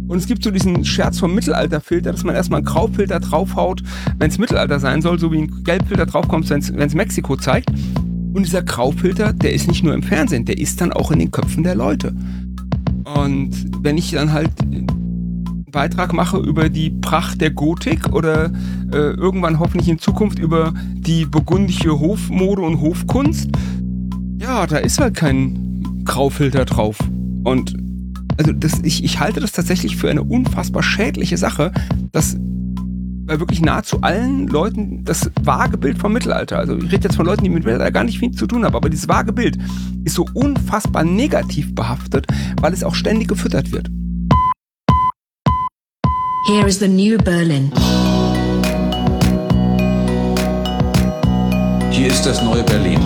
Und es gibt so diesen Scherz vom Mittelalterfilter, dass man erstmal einen Graufilter draufhaut, wenn es Mittelalter sein soll, so wie ein Gelbfilter draufkommt, wenn es Mexiko zeigt. Und dieser Graufilter, der ist nicht nur im Fernsehen, der ist dann auch in den Köpfen der Leute. Und wenn ich dann halt einen Beitrag mache über die Pracht der Gotik oder irgendwann hoffentlich in Zukunft über die burgundische Hofmode und Hofkunst, ja, da ist halt kein Graufilter drauf. Und also ich halte das tatsächlich für eine unfassbar schädliche Sache, dass bei wirklich nahezu allen Leuten das vage Bild vom Mittelalter, also ich rede jetzt von Leuten, die mit Mittelalter gar nicht viel zu tun haben, aber dieses vage Bild ist so unfassbar negativ behaftet, weil es auch ständig gefüttert wird. Here is the new Berlin. Hier ist das neue Berlin.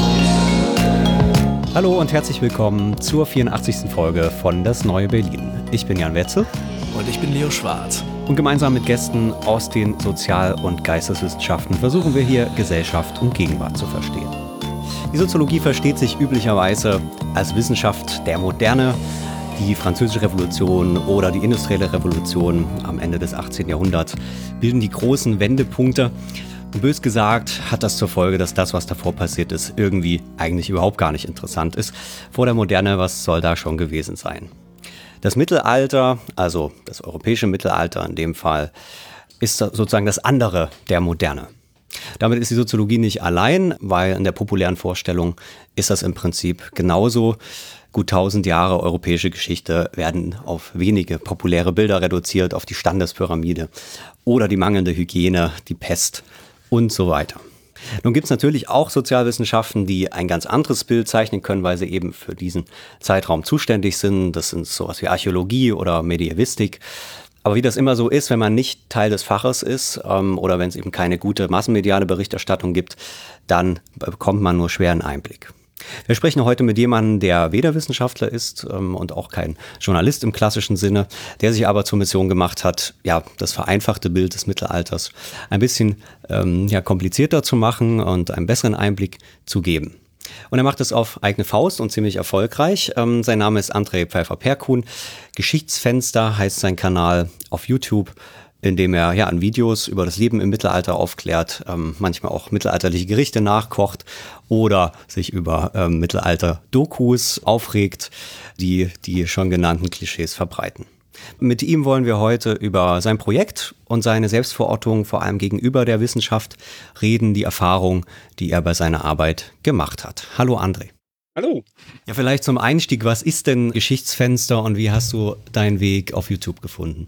Hallo und herzlich willkommen zur 84. Folge von Das neue Berlin. Ich bin Jan Wetzel. Und ich bin Leo Schwarz. Und gemeinsam mit Gästen aus den Sozial- und Geisteswissenschaften versuchen wir hier Gesellschaft und Gegenwart zu verstehen. Die Soziologie versteht sich üblicherweise als Wissenschaft der Moderne. Die Französische Revolution oder die Industrielle Revolution am Ende des 18. Jahrhunderts bilden die großen Wendepunkte. Und bös gesagt hat das zur Folge, dass das, was davor passiert ist, irgendwie eigentlich überhaupt gar nicht interessant ist. Vor der Moderne, was soll da schon gewesen sein? Das Mittelalter, also das europäische Mittelalter in dem Fall, ist sozusagen das andere der Moderne. Damit ist die Soziologie nicht allein, weil in der populären Vorstellung ist das im Prinzip genauso. Gut 1000 Jahre europäische Geschichte werden auf wenige populäre Bilder reduziert, auf die Standespyramide oder die mangelnde Hygiene, die Pest und so weiter. Nun gibt es natürlich auch Sozialwissenschaften, die ein ganz anderes Bild zeichnen können, weil sie eben für diesen Zeitraum zuständig sind. Das sind sowas wie Archäologie oder Medievistik. Aber wie das immer so ist, wenn man nicht Teil des Faches ist oder wenn es eben keine gute massenmediale Berichterstattung gibt, dann bekommt man nur schwer einen Einblick. Wir sprechen heute mit jemandem, der weder Wissenschaftler ist und auch kein Journalist im klassischen Sinne, der sich aber zur Mission gemacht hat, ja, das vereinfachte Bild des Mittelalters ein bisschen komplizierter zu machen und einen besseren Einblick zu geben. Und er macht es auf eigene Faust und ziemlich erfolgreich. Sein Name ist André Pfeiffer-Perkuhn. Geschichtsfenster heißt sein Kanal auf YouTube, in dem er an Videos über das Leben im Mittelalter aufklärt, manchmal auch mittelalterliche Gerichte nachkocht oder sich über Mittelalter-Dokus aufregt, die schon genannten Klischees verbreiten. Mit ihm wollen wir heute über sein Projekt und seine Selbstverortung vor allem gegenüber der Wissenschaft reden, die Erfahrung, die er bei seiner Arbeit gemacht hat. Hallo André. Hallo. Ja, vielleicht zum Einstieg, was ist denn Geschichtsfenster und wie hast du deinen Weg auf YouTube gefunden?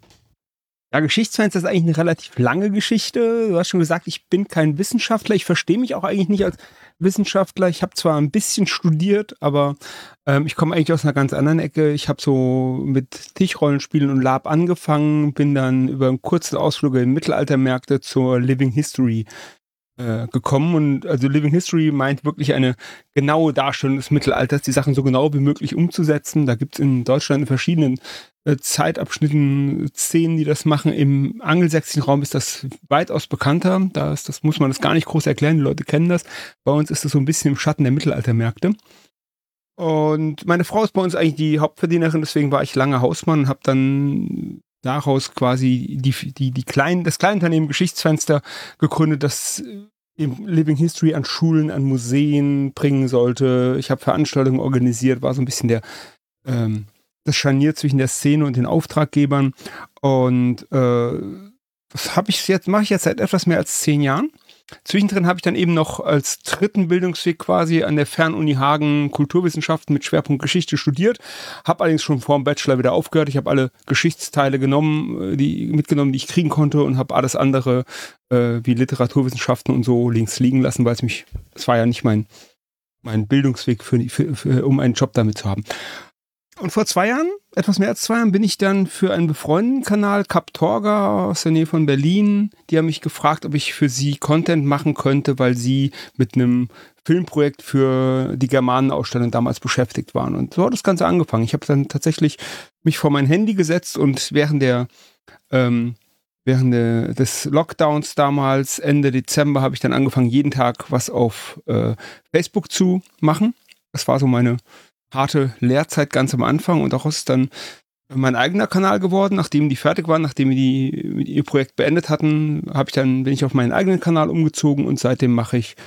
Ja, Geschichtsfenster ist eigentlich eine relativ lange Geschichte. Du hast schon gesagt, ich bin kein Wissenschaftler. Ich verstehe mich auch eigentlich nicht als Wissenschaftler. Ich habe zwar ein bisschen studiert, aber ich komme eigentlich aus einer ganz anderen Ecke. Ich habe so mit Tischrollenspielen und Lab angefangen, bin dann über einen kurzen Ausflug in Mittelaltermärkte zur Living History gekommen. Und also Living History meint wirklich eine genaue Darstellung des Mittelalters, die Sachen so genau wie möglich umzusetzen. Da gibt es in Deutschland in verschiedenen Zeitabschnitten Szenen, die das machen. Im angelsächsischen Raum ist das weitaus bekannter. Das muss man das gar nicht groß erklären, die Leute kennen das. Bei uns ist das so ein bisschen im Schatten der Mittelaltermärkte. Und meine Frau ist bei uns eigentlich die Hauptverdienerin, deswegen war ich lange Hausmann und habe dann daraus quasi das Kleinunternehmen Geschichtsfenster gegründet, das eben Living History an Schulen, an Museen bringen sollte. Ich habe Veranstaltungen organisiert, war so ein bisschen das Scharnier zwischen der Szene und den Auftraggebern. Und das mache ich jetzt seit etwas mehr als 10 Jahren. Zwischendrin habe ich dann eben noch als dritten Bildungsweg quasi an der Fernuni Hagen Kulturwissenschaften mit Schwerpunkt Geschichte studiert, habe allerdings schon vor dem Bachelor wieder aufgehört. Ich habe alle Geschichtsteile mitgenommen, die ich kriegen konnte und habe alles andere wie Literaturwissenschaften und so links liegen lassen, weil es war ja nicht mein Bildungsweg um einen Job damit zu haben. Und vor 2 Jahren, etwas mehr als 2 Jahren, bin ich dann für einen befreundeten Kanal, Kap Torga aus der Nähe von Berlin, die haben mich gefragt, ob ich für sie Content machen könnte, weil sie mit einem Filmprojekt für die Germanenausstellung damals beschäftigt waren. Und so hat das Ganze angefangen. Ich habe dann tatsächlich mich vor mein Handy gesetzt und während des Lockdowns damals, Ende Dezember, habe ich dann angefangen, jeden Tag was auf Facebook zu machen. Das war so meine harte Lehrzeit ganz am Anfang und daraus ist dann mein eigener Kanal geworden. Nachdem die fertig waren, nachdem wir mit ihr Projekt beendet hatten, bin ich auf meinen eigenen Kanal umgezogen und seitdem mache ich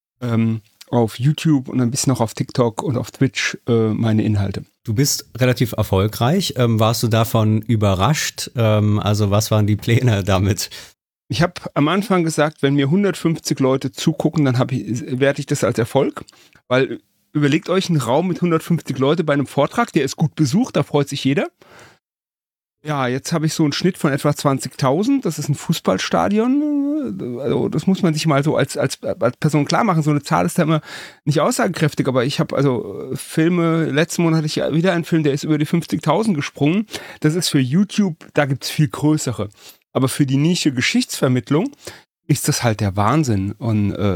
auf YouTube und ein bisschen auch auf TikTok und auf Twitch meine Inhalte. Du bist relativ erfolgreich. Warst du davon überrascht? Also was waren die Pläne damit? Ich habe am Anfang gesagt, wenn mir 150 Leute zugucken, dann werte ich das als Erfolg, weil überlegt euch einen Raum mit 150 Leute bei einem Vortrag, der ist gut besucht, da freut sich jeder. Ja, jetzt habe ich so einen Schnitt von etwa 20.000, das ist ein Fußballstadion, also das muss man sich mal so als Person klar machen, so eine Zahl ist da immer nicht aussagekräftig, aber ich habe also Filme, letzten Monat hatte ich wieder einen Film, der ist über die 50.000 gesprungen, das ist für YouTube, da gibt es viel größere. Aber für die Nische Geschichtsvermittlung ist das halt der Wahnsinn. Und mit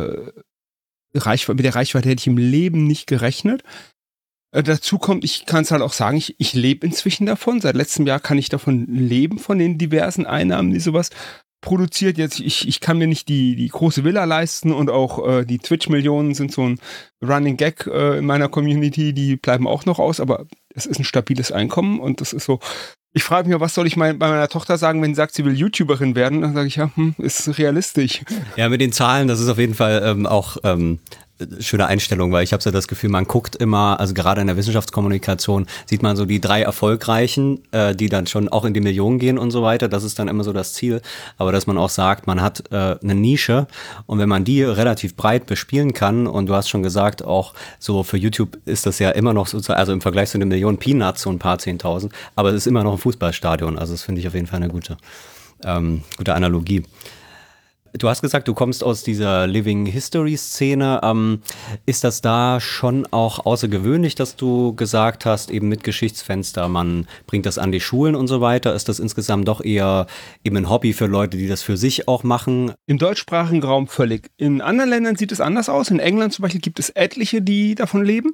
der Reichweite hätte ich im Leben nicht gerechnet. Dazu kommt, ich kann es halt auch sagen, ich lebe inzwischen davon. Seit letztem Jahr kann ich davon leben, von den diversen Einnahmen, die sowas produziert. Jetzt, ich kann mir nicht die große Villa leisten und auch die Twitch-Millionen sind so ein Running Gag in meiner Community, die bleiben auch noch aus, aber es ist ein stabiles Einkommen und das ist so. Ich frage mich, was soll ich bei meiner Tochter sagen, wenn sie sagt, sie will YouTuberin werden? Dann sage ich, ja, ist realistisch. Ja, mit den Zahlen, das ist auf jeden Fall auch schöne Einstellung, weil ich habe so das Gefühl, man guckt immer, also gerade in der Wissenschaftskommunikation sieht man so die 3 Erfolgreichen, die dann schon auch in die Millionen gehen und so weiter. Das ist dann immer so das Ziel. Aber dass man auch sagt, man hat eine Nische und wenn man die relativ breit bespielen kann und du hast schon gesagt, auch so für YouTube ist das ja immer noch so, also im Vergleich zu den Millionen Peanuts so ein paar 10.000, aber es ist immer noch ein Fußballstadion. Also das finde ich auf jeden Fall eine gute Analogie. Du hast gesagt, du kommst aus dieser Living History Szene. Ist das da schon auch außergewöhnlich, dass du gesagt hast, eben mit Geschichtsfenster, man bringt das an die Schulen und so weiter? Ist das insgesamt doch eher eben ein Hobby für Leute, die das für sich auch machen? Im deutschsprachigen Raum völlig. In anderen Ländern sieht es anders aus. In England zum Beispiel gibt es etliche, die davon leben.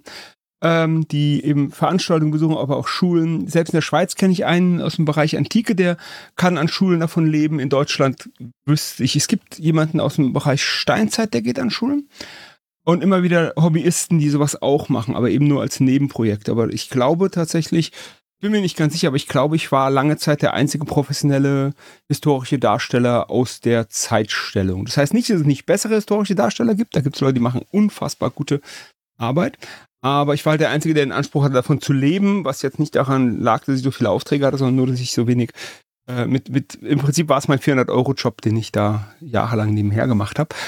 Die eben Veranstaltungen besuchen, aber auch Schulen. Selbst in der Schweiz kenne ich einen aus dem Bereich Antike, der kann an Schulen davon leben. In Deutschland wüsste ich, es gibt jemanden aus dem Bereich Steinzeit, der geht an Schulen. Und immer wieder Hobbyisten, die sowas auch machen, aber eben nur als Nebenprojekt. Aber ich glaube tatsächlich, bin mir nicht ganz sicher, aber ich glaube, ich war lange Zeit der einzige professionelle historische Darsteller aus der Zeitstellung. Das heißt nicht, dass es nicht bessere historische Darsteller gibt. Da gibt es Leute, die machen unfassbar gute Arbeit. Aber ich war halt der Einzige, der den Anspruch hatte, davon zu leben, was jetzt nicht daran lag, dass ich so viele Aufträge hatte, sondern nur, dass ich so wenig im Prinzip war es mein 400-Euro-Job, den ich da jahrelang nebenher gemacht habe.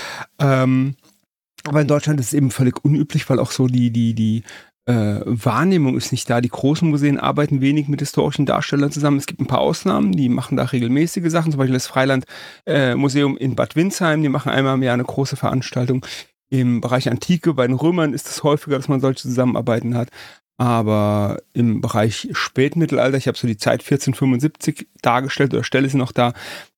Aber in Deutschland ist es eben völlig unüblich, weil auch so die Wahrnehmung ist nicht da. Die großen Museen arbeiten wenig mit historischen Darstellern zusammen. Es gibt ein paar Ausnahmen, die machen da regelmäßige Sachen, zum Beispiel das Freiland-Museum in Bad Windsheim, die machen einmal im Jahr eine große Veranstaltung. Im Bereich Antike, bei den Römern ist es häufiger, dass man solche Zusammenarbeiten hat. Aber im Bereich Spätmittelalter, ich habe so die Zeit 1475 dargestellt oder stelle sie noch da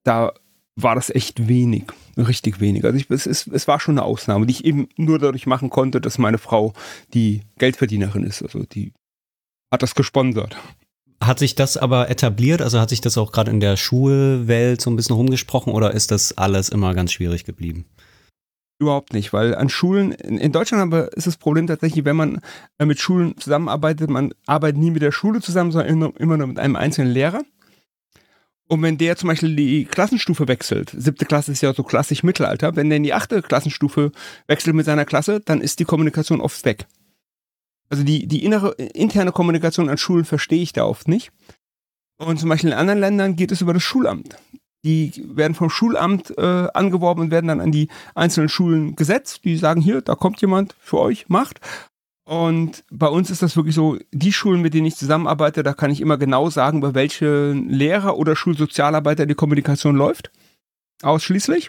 war das echt wenig, richtig wenig. Also es war schon eine Ausnahme, die ich eben nur dadurch machen konnte, dass meine Frau die Geldverdienerin ist. Also die hat das gesponsert. Hat sich das aber etabliert? Also hat sich das auch gerade in der Schulwelt so ein bisschen rumgesprochen oder ist das alles immer ganz schwierig geblieben? Überhaupt nicht, weil an Schulen, in Deutschland aber ist das Problem tatsächlich, wenn man mit Schulen zusammenarbeitet, man arbeitet nie mit der Schule zusammen, sondern immer nur mit einem einzelnen Lehrer. Und wenn der zum Beispiel die Klassenstufe wechselt, 7. Klasse ist ja so klassisch Mittelalter, wenn der in die 8. Klassenstufe wechselt mit seiner Klasse, dann ist die Kommunikation oft weg. Also die interne Kommunikation an Schulen verstehe ich da oft nicht. Und zum Beispiel in anderen Ländern geht es über das Schulamt. Die werden vom Schulamt angeworben und werden dann an die einzelnen Schulen gesetzt. Die sagen, hier, da kommt jemand für euch, macht. Und bei uns ist das wirklich so, die Schulen, mit denen ich zusammenarbeite, da kann ich immer genau sagen, über welche Lehrer oder Schulsozialarbeiter die Kommunikation läuft. Ausschließlich.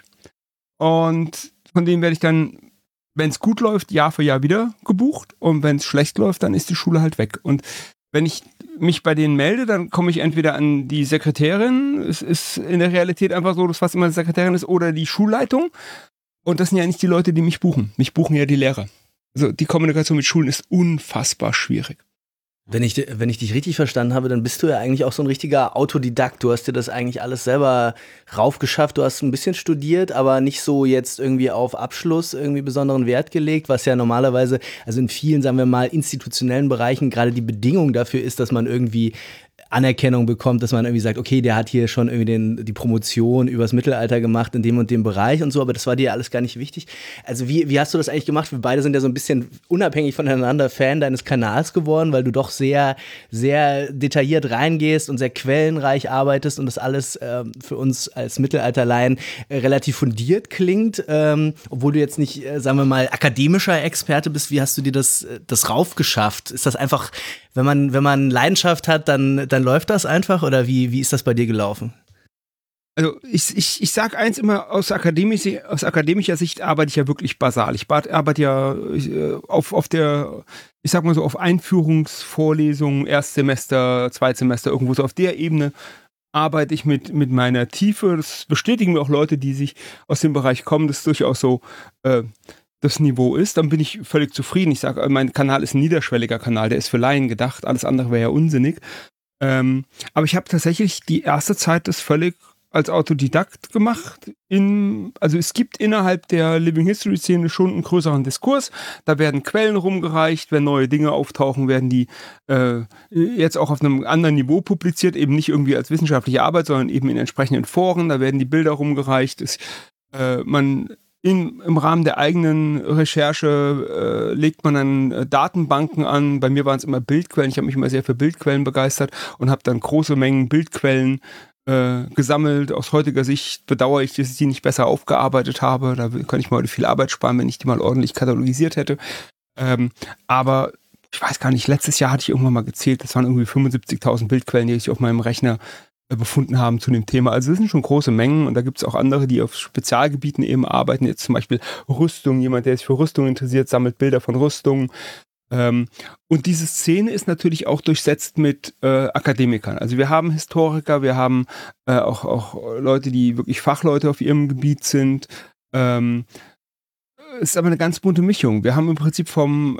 Und von denen werde ich dann, wenn es gut läuft, Jahr für Jahr wieder gebucht. Und wenn es schlecht läuft, dann ist die Schule halt weg. Und wenn ich mich bei denen melde, dann komme ich entweder an die Sekretärin, es ist in der Realität einfach so, dass fast immer die Sekretärin ist, oder die Schulleitung. Und das sind ja nicht die Leute, die mich buchen. Mich buchen ja die Lehrer. Also die Kommunikation mit Schulen ist unfassbar schwierig. Wenn ich dich richtig verstanden habe, dann bist du ja eigentlich auch so ein richtiger Autodidakt. Du hast dir das eigentlich alles selber raufgeschafft. Du hast ein bisschen studiert, aber nicht so jetzt irgendwie auf Abschluss irgendwie besonderen Wert gelegt, was ja normalerweise, also in vielen, sagen wir mal, institutionellen Bereichen gerade die Bedingung dafür ist, dass man irgendwie Anerkennung bekommt, dass man irgendwie sagt, okay, der hat hier schon irgendwie die Promotion übers Mittelalter gemacht in dem und dem Bereich und so, aber das war dir alles gar nicht wichtig. Also wie hast du das eigentlich gemacht? Wir beide sind ja so ein bisschen unabhängig voneinander Fan deines Kanals geworden, weil du doch sehr, sehr detailliert reingehst und sehr quellenreich arbeitest und das alles für uns als Mittelalterlaien relativ fundiert klingt, obwohl du jetzt nicht, sagen wir mal, akademischer Experte bist. Wie hast du dir das raufgeschafft? Ist das einfach, wenn man Leidenschaft hat, dann läuft das einfach, oder wie ist das bei dir gelaufen? Also ich sage eins immer, aus akademischer Sicht arbeite ich ja wirklich basal. Ich arbeite ja auf der, ich sag mal so, auf Einführungsvorlesungen, Erstsemester, Zweitsemester, irgendwo so auf der Ebene arbeite ich mit meiner Tiefe. Das bestätigen mir auch Leute, die sich aus dem Bereich kommen, dass durchaus so das Niveau ist. Dann bin ich völlig zufrieden. Ich sage, mein Kanal ist ein niederschwelliger Kanal, der ist für Laien gedacht. Alles andere wäre ja unsinnig. Aber ich habe tatsächlich die erste Zeit das völlig als Autodidakt gemacht. Also es gibt innerhalb der Living History Szene schon einen größeren Diskurs. Da werden Quellen rumgereicht, wenn neue Dinge auftauchen, werden die jetzt auch auf einem anderen Niveau publiziert, eben nicht irgendwie als wissenschaftliche Arbeit, sondern eben in entsprechenden Foren. Da werden die Bilder rumgereicht. Im Rahmen der eigenen Recherche legt man dann Datenbanken an. Bei mir waren es immer Bildquellen. Ich habe mich immer sehr für Bildquellen begeistert und habe dann große Mengen Bildquellen gesammelt. Aus heutiger Sicht bedauere ich, dass ich die nicht besser aufgearbeitet habe. Da könnte ich mal heute viel Arbeit sparen, wenn ich die mal ordentlich katalogisiert hätte. Aber ich weiß gar nicht, letztes Jahr hatte ich irgendwann mal gezählt, das waren irgendwie 75.000 Bildquellen, die ich auf meinem Rechner befunden haben zu dem Thema. Also das sind schon große Mengen und da gibt es auch andere, die auf Spezialgebieten eben arbeiten. Jetzt zum Beispiel Rüstung. Jemand, der sich für Rüstung interessiert, sammelt Bilder von Rüstungen. Und diese Szene ist natürlich auch durchsetzt mit Akademikern. Also wir haben Historiker, wir haben auch Leute, die wirklich Fachleute auf ihrem Gebiet sind. Es ist aber eine ganz bunte Mischung. Wir haben im Prinzip vom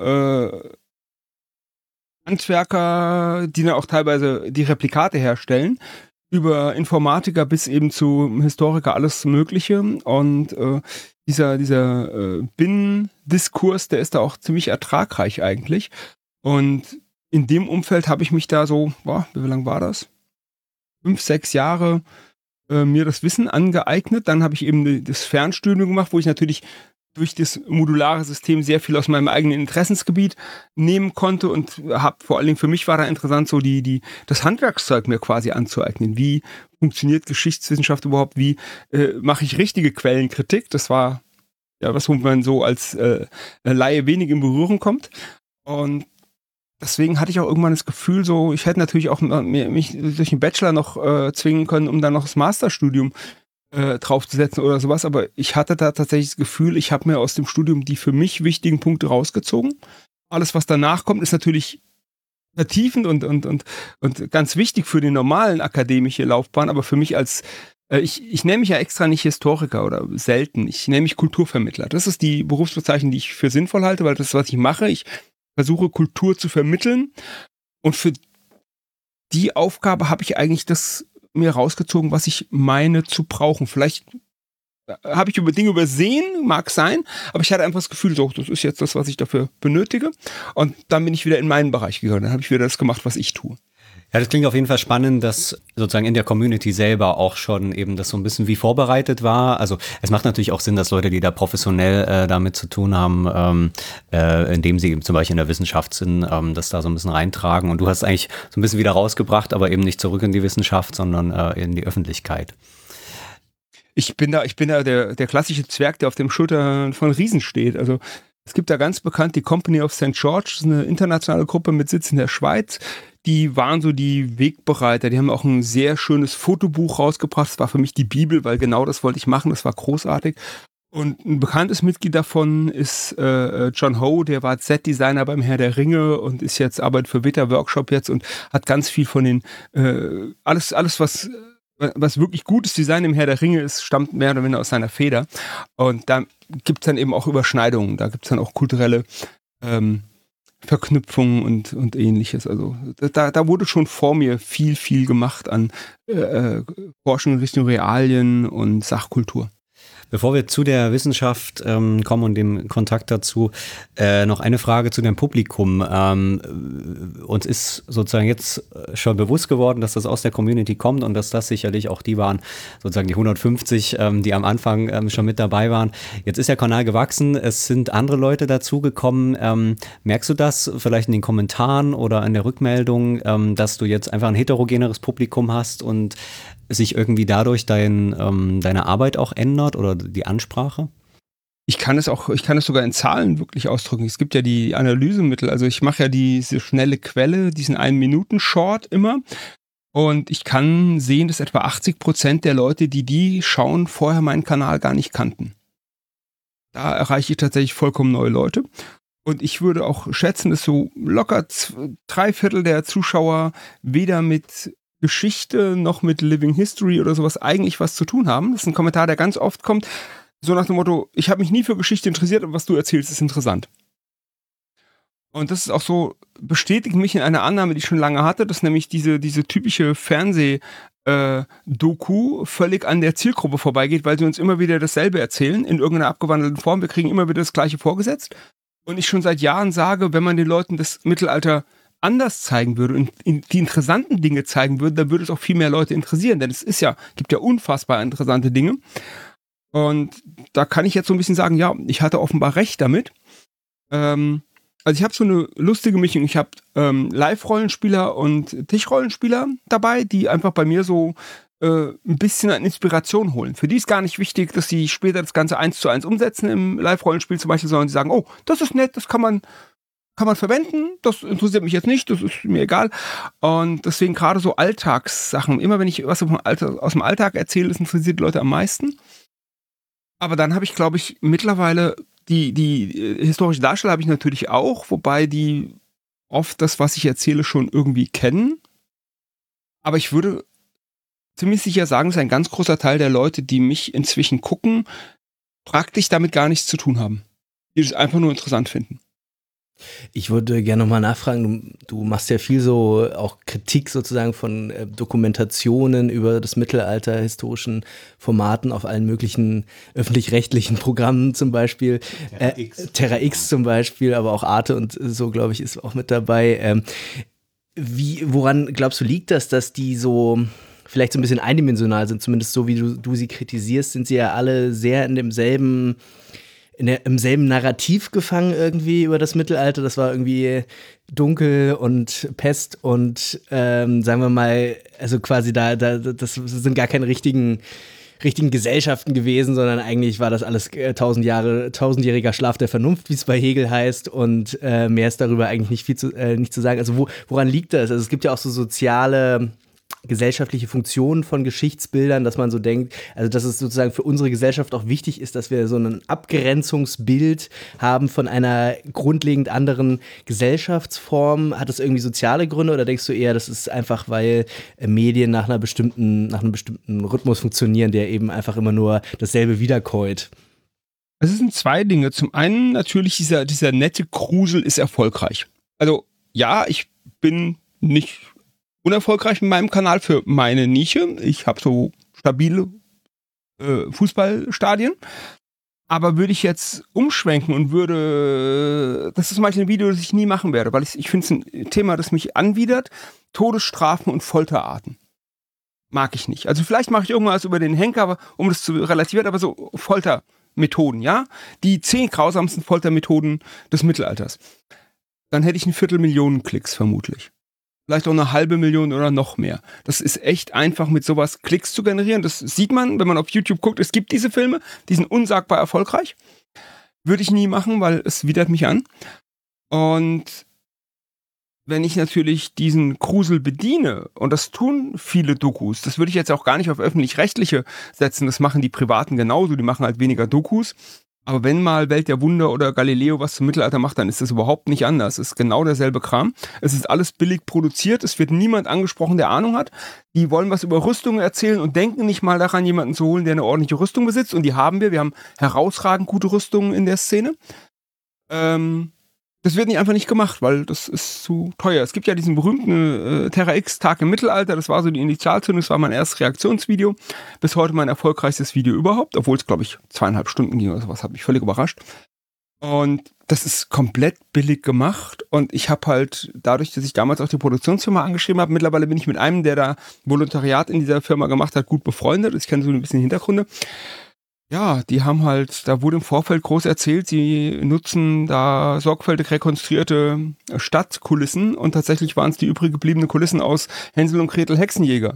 Handwerker, die dann auch teilweise die Replikate herstellen, über Informatiker bis eben zu Historiker, alles Mögliche. Und dieser Binnendiskurs, der ist da auch ziemlich ertragreich eigentlich. Und in dem Umfeld habe ich mich da so, wie lang war das? 5, 6 Jahre mir das Wissen angeeignet. Dann habe ich eben das Fernstudium gemacht, wo ich natürlich durch das modulare System sehr viel aus meinem eigenen Interessensgebiet nehmen konnte und vor allen Dingen für mich war da interessant, so das Handwerkszeug mir quasi anzueignen. Wie funktioniert Geschichtswissenschaft überhaupt? Wie mache ich richtige Quellenkritik? Das war ja was, womit man so als Laie wenig in Berührung kommt. Und deswegen hatte ich auch irgendwann das Gefühl, so ich hätte natürlich auch mich durch den Bachelor noch zwingen können, um dann noch das Masterstudium draufzusetzen oder sowas, aber ich hatte da tatsächlich das Gefühl, ich habe mir aus dem Studium die für mich wichtigen Punkte rausgezogen. Alles, was danach kommt, ist natürlich vertiefend und ganz wichtig für die normalen akademische Laufbahn, aber für mich ich nenne mich ja extra nicht Historiker oder selten, ich nenne mich Kulturvermittler. Das ist die Berufsbezeichnung, die ich für sinnvoll halte, weil das ist, was ich mache. Ich versuche, Kultur zu vermitteln und für die Aufgabe habe ich eigentlich das mir rausgezogen, was ich meine zu brauchen. Vielleicht habe ich Dinge übersehen, mag sein, aber ich hatte einfach das Gefühl, so, das ist jetzt das, was ich dafür benötige. Und dann bin ich wieder in meinen Bereich gegangen. Dann habe ich wieder das gemacht, was ich tue. Ja, das klingt auf jeden Fall spannend, dass sozusagen in der Community selber auch schon eben das so ein bisschen wie vorbereitet war. Also es macht natürlich auch Sinn, dass Leute, die da professionell damit zu tun haben, indem sie eben zum Beispiel in der Wissenschaft sind, das da so ein bisschen reintragen. Und du hast es eigentlich so ein bisschen wieder rausgebracht, aber eben nicht zurück in die Wissenschaft, sondern in die Öffentlichkeit. Ich bin da der klassische Zwerg, der auf den Schultern von Riesen steht. Also es gibt da ganz bekannt die Company of St. George, das ist eine internationale Gruppe mit Sitz in der Schweiz. Die waren so die Wegbereiter. Die haben auch ein sehr schönes Fotobuch rausgebracht. Das war für mich die Bibel, weil genau das wollte ich machen. Das war großartig. Und ein bekanntes Mitglied davon ist John Ho, der war Set-Designer beim Herr der Ringe und ist jetzt arbeitet für Weta Workshop jetzt und hat ganz viel von den alles was wirklich gutes Design im Herr der Ringe ist, stammt mehr oder weniger aus seiner Feder. Und da gibt es dann eben auch Überschneidungen. Da gibt es dann auch kulturelle Verknüpfungen und ähnliches. Also da wurde schon vor mir viel gemacht an Forschung in Richtung Realien und Sachkultur. Bevor wir zu der Wissenschaft kommen und dem Kontakt dazu, noch eine Frage zu dem Publikum. Uns ist sozusagen jetzt schon bewusst geworden, dass das aus der Community kommt und dass das sicherlich auch die waren, sozusagen die 150, die am Anfang schon mit dabei waren. Jetzt ist der Kanal gewachsen, es sind andere Leute dazugekommen. Merkst du das vielleicht in den Kommentaren oder in der Rückmeldung, dass du jetzt einfach ein heterogeneres Publikum hast und sich irgendwie dadurch deine Arbeit auch ändert oder die Ansprache? Ich kann es sogar in Zahlen wirklich ausdrücken. Es gibt ja die Analysemittel, also ich mache ja diese schnelle Quelle, diesen 1-Minuten-Short immer. Und ich kann sehen, dass etwa 80% der Leute, die schauen, vorher meinen Kanal gar nicht kannten. Da erreiche ich tatsächlich vollkommen neue Leute. Und ich würde auch schätzen, dass so locker 3/4 der Zuschauer weder mit Geschichte noch mit Living History oder sowas eigentlich was zu tun haben. Das ist ein Kommentar, der ganz oft kommt, so nach dem Motto, ich habe mich nie für Geschichte interessiert, aber was du erzählst, ist interessant. Und das ist auch so, bestätigt mich in einer Annahme, die ich schon lange hatte, dass nämlich diese typische Fernseh-Doku völlig an der Zielgruppe vorbeigeht, weil sie uns immer wieder dasselbe erzählen, in irgendeiner abgewandelten Form. Wir kriegen immer wieder das Gleiche vorgesetzt. Und ich schon seit Jahren sage, wenn man den Leuten das Mittelalter anders zeigen würde und die interessanten Dinge zeigen würde, dann würde es auch viel mehr Leute interessieren, denn gibt ja unfassbar interessante Dinge. Und da kann ich jetzt so ein bisschen sagen, ja, ich hatte offenbar recht damit. Also ich habe so eine lustige Mischung. Ich habe Live-Rollenspieler und Tischrollenspieler dabei, die einfach bei mir so ein bisschen an Inspiration holen. Für die ist gar nicht wichtig, dass sie später das Ganze 1:1 umsetzen im Live-Rollenspiel zum Beispiel, sondern sie sagen, oh, das ist nett, das kann man verwenden, das interessiert mich jetzt nicht, das ist mir egal. Und deswegen gerade so Alltagssachen, immer wenn ich was aus dem Alltag erzähle, das interessiert die Leute am meisten. Aber dann habe ich, glaube ich, mittlerweile die historische Darsteller habe ich natürlich auch, wobei die oft das, was ich erzähle, schon irgendwie kennen. Aber ich würde ziemlich sicher sagen, dass ein ganz großer Teil der Leute, die mich inzwischen gucken, praktisch damit gar nichts zu tun haben. Die das einfach nur interessant finden. Ich würde gerne nochmal nachfragen, du machst ja viel so auch Kritik sozusagen von Dokumentationen über das Mittelalter, historischen Formaten auf allen möglichen öffentlich-rechtlichen Programmen zum Beispiel. Terra X zum Beispiel, aber auch Arte und so, glaube ich, ist auch mit dabei. Woran glaubst du, liegt das, dass die so vielleicht so ein bisschen eindimensional sind, zumindest so wie du sie kritisierst, sind sie ja alle sehr in demselben im selben Narrativ gefangen irgendwie über das Mittelalter. Das war irgendwie Dunkel und Pest und sagen wir mal, also quasi das sind gar keine richtigen Gesellschaften gewesen, sondern eigentlich war das alles 1000-jähriger Schlaf der Vernunft, wie es bei Hegel heißt, und mehr ist darüber eigentlich nicht zu sagen. Also woran liegt das? Also es gibt ja auch so soziale gesellschaftliche Funktionen von Geschichtsbildern, dass man so denkt, also dass es sozusagen für unsere Gesellschaft auch wichtig ist, dass wir so ein Abgrenzungsbild haben von einer grundlegend anderen Gesellschaftsform. Hat das irgendwie soziale Gründe oder denkst du eher, das ist einfach, weil Medien nach einem bestimmten Rhythmus funktionieren, der eben einfach immer nur dasselbe wiederkäut? Es sind zwei Dinge. Zum einen natürlich dieser nette Krusel ist erfolgreich. Also ja, ich bin nicht unerfolgreich mit meinem Kanal für meine Nische. Ich habe so stabile Fußballstadien. Aber würde ich jetzt umschwenken und das ist zum Beispiel ein Video, das ich nie machen werde, weil ich finde es ein Thema, das mich anwidert. Todesstrafen und Folterarten. Mag ich nicht. Also vielleicht mache ich irgendwas über den Henker, um das zu relativieren, aber so Foltermethoden, ja? Die 10 grausamsten Foltermethoden des Mittelalters. Dann hätte ich 250.000 Klicks vermutlich. Vielleicht auch 500.000 oder noch mehr. Das ist echt einfach, mit sowas Klicks zu generieren. Das sieht man, wenn man auf YouTube guckt. Es gibt diese Filme, die sind unsagbar erfolgreich. Würde ich nie machen, weil es widert mich an. Und wenn ich natürlich diesen Krusel bediene, und das tun viele Dokus, das würde ich jetzt auch gar nicht auf öffentlich-rechtliche setzen, das machen die Privaten genauso, die machen halt weniger Dokus. Aber wenn mal Welt der Wunder oder Galileo was zum Mittelalter macht, dann ist das überhaupt nicht anders. Es ist genau derselbe Kram. Es ist alles billig produziert. Es wird niemand angesprochen, der Ahnung hat. Die wollen was über Rüstungen erzählen und denken nicht mal daran, jemanden zu holen, der eine ordentliche Rüstung besitzt. Und die haben wir. Wir haben herausragend gute Rüstungen in der Szene. Das wird einfach nicht gemacht, weil das ist zu teuer. Es gibt ja diesen berühmten Terra X-Tag im Mittelalter, das war so die Initialzündung, das war mein erstes Reaktionsvideo. Bis heute mein erfolgreichstes Video überhaupt, obwohl es, glaube ich, 2,5 Stunden ging oder sowas, hat mich völlig überrascht. Und das ist komplett billig gemacht und ich habe halt, dadurch, dass ich damals auch die Produktionsfirma angeschrieben habe, mittlerweile bin ich mit einem, der da Volontariat in dieser Firma gemacht hat, gut befreundet. Ich kenne so ein bisschen Hintergründe. Ja, die haben halt, da wurde im Vorfeld groß erzählt, sie nutzen da sorgfältig rekonstruierte Stadtkulissen und tatsächlich waren es die übrig gebliebenen Kulissen aus Hänsel und Gretel Hexenjäger.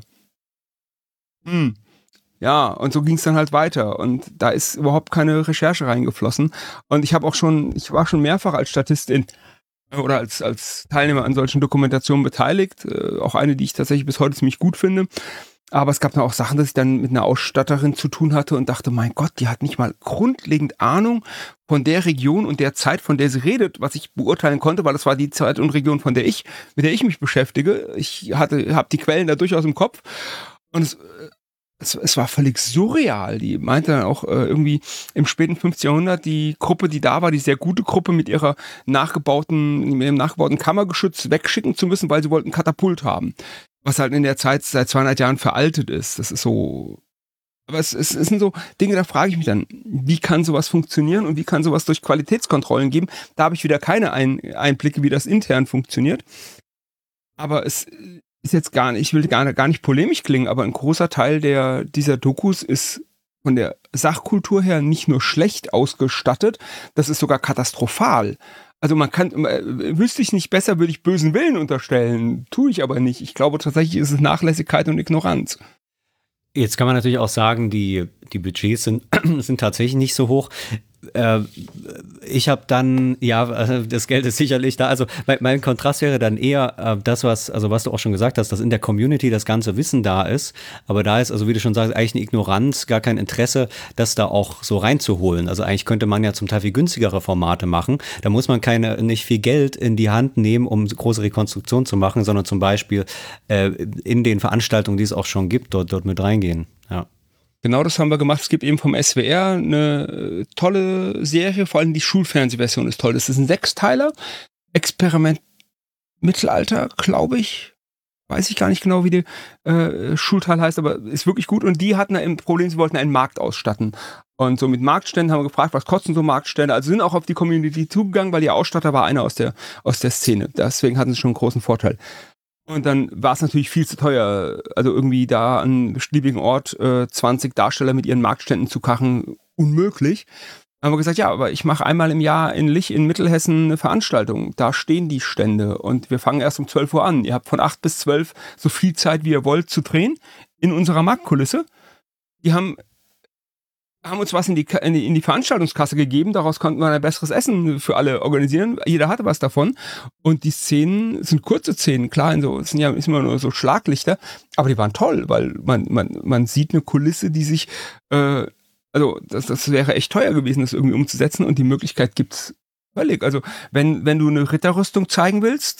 Ja, und so ging es dann halt weiter und da ist überhaupt keine Recherche reingeflossen und ich war schon mehrfach als Statistin oder als Teilnehmer an solchen Dokumentationen beteiligt, auch eine, die ich tatsächlich bis heute ziemlich gut finde. Aber es gab dann auch Sachen, dass ich dann mit einer Ausstatterin zu tun hatte und dachte, mein Gott, die hat nicht mal grundlegend Ahnung von der Region und der Zeit, von der sie redet, was ich beurteilen konnte, weil das war die Zeit und Region, mit der ich mich beschäftige. Ich habe die Quellen da durchaus im Kopf und es war völlig surreal. Die meinte dann auch irgendwie im späten 15. Jahrhundert, die Gruppe, die da war, die sehr gute Gruppe mit ihrem nachgebauten Kammergeschütz wegschicken zu müssen, weil sie wollten Katapult haben. Was halt in der Zeit seit 200 Jahren veraltet ist. Das ist so. Aber es sind so Dinge, da frage ich mich dann, wie kann sowas funktionieren und wie kann sowas durch Qualitätskontrollen geben? Da habe ich wieder keine Einblicke, wie das intern funktioniert. Aber es ist jetzt ich will gar nicht polemisch klingen, aber ein großer Teil dieser Dokus ist von der Sachkultur her nicht nur schlecht ausgestattet, das ist sogar katastrophal. Also wüsste ich nicht besser, würde ich bösen Willen unterstellen. Tue ich aber nicht. Ich glaube tatsächlich ist es Nachlässigkeit und Ignoranz. Jetzt kann man natürlich auch sagen, die Budgets sind tatsächlich nicht so hoch. Ich habe dann, das Geld ist sicherlich da. Also mein Kontrast wäre dann eher das, was du auch schon gesagt hast, dass in der Community das ganze Wissen da ist. Aber da ist, also wie du schon sagst, eigentlich eine Ignoranz, gar kein Interesse, das da auch so reinzuholen. Also eigentlich könnte man ja zum Teil viel günstigere Formate machen. Da muss man nicht viel Geld in die Hand nehmen, um große Rekonstruktion zu machen, sondern zum Beispiel in den Veranstaltungen, die es auch schon gibt, dort mit reingehen. Ja. Genau das haben wir gemacht. Es gibt eben vom SWR eine tolle Serie, vor allem die Schulfernsehversion ist toll. Das ist ein 6-Teiler, Experiment Mittelalter, glaube ich. Weiß ich gar nicht genau, wie der Schulteil heißt, aber ist wirklich gut. Und die hatten ein Problem, sie wollten einen Markt ausstatten. Und so mit Marktständen haben wir gefragt, was kosten so Marktstände? Also sind auch auf die Community zugegangen, weil der Ausstatter war einer aus der Szene. Deswegen hatten sie schon einen großen Vorteil. Und dann war es natürlich viel zu teuer, also irgendwie da an einem beliebigen Ort 20 Darsteller mit ihren Marktständen zu kachen, unmöglich. Dann haben wir gesagt, ja, aber ich mache einmal im Jahr in Lich in Mittelhessen eine Veranstaltung. Da stehen die Stände und wir fangen erst um 12 Uhr an. Ihr habt von 8 bis 12 so viel Zeit, wie ihr wollt, zu drehen in unserer Marktkulisse. Die haben uns was in die Veranstaltungskasse gegeben, daraus konnten wir ein besseres Essen für alle organisieren. Jeder hatte was davon. Und die Szenen sind kurze Szenen, klar, es sind ja immer nur so Schlaglichter, aber die waren toll, weil man sieht eine Kulisse, die sich, also das wäre echt teuer gewesen, das irgendwie umzusetzen und die Möglichkeit gibt's völlig. Also wenn du eine Ritterrüstung zeigen willst,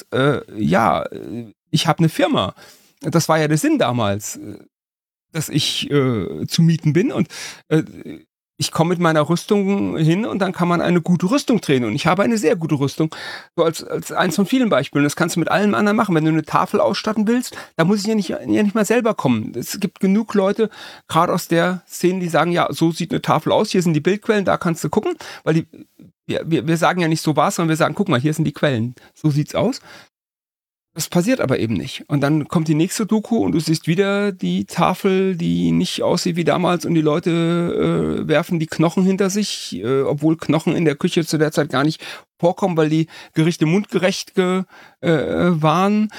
ich habe eine Firma. Das war ja der Sinn damals, dass ich zu mieten bin und ich komme mit meiner Rüstung hin und dann kann man eine gute Rüstung drehen und ich habe eine sehr gute Rüstung, so als eins von vielen Beispielen. Das kannst du mit allem anderen machen. Wenn du eine Tafel ausstatten willst, da muss ich ja nicht mal selber kommen. Es gibt genug Leute, gerade aus der Szene, die sagen, ja, so sieht eine Tafel aus, hier sind die Bildquellen, da kannst du gucken, weil wir sagen ja nicht so was, sondern wir sagen, guck mal, hier sind die Quellen, so sieht's aus. Das passiert aber eben nicht. Und dann kommt die nächste Doku und du siehst wieder die Tafel, die nicht aussieht wie damals und die Leute werfen die Knochen hinter sich, obwohl Knochen in der Küche zu der Zeit gar nicht vorkommen, weil die Gerichte mundgerecht waren.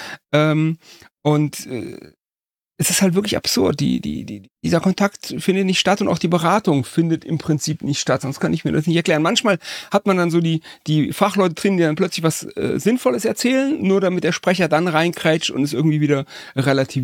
Es ist halt wirklich absurd. Dieser Kontakt findet nicht statt und auch die Beratung findet im Prinzip nicht statt. Sonst kann ich mir das nicht erklären. Manchmal hat man dann so die Fachleute drin, die dann plötzlich was Sinnvolles erzählen, nur damit der Sprecher dann reinkrätscht und es irgendwie wieder relativiert.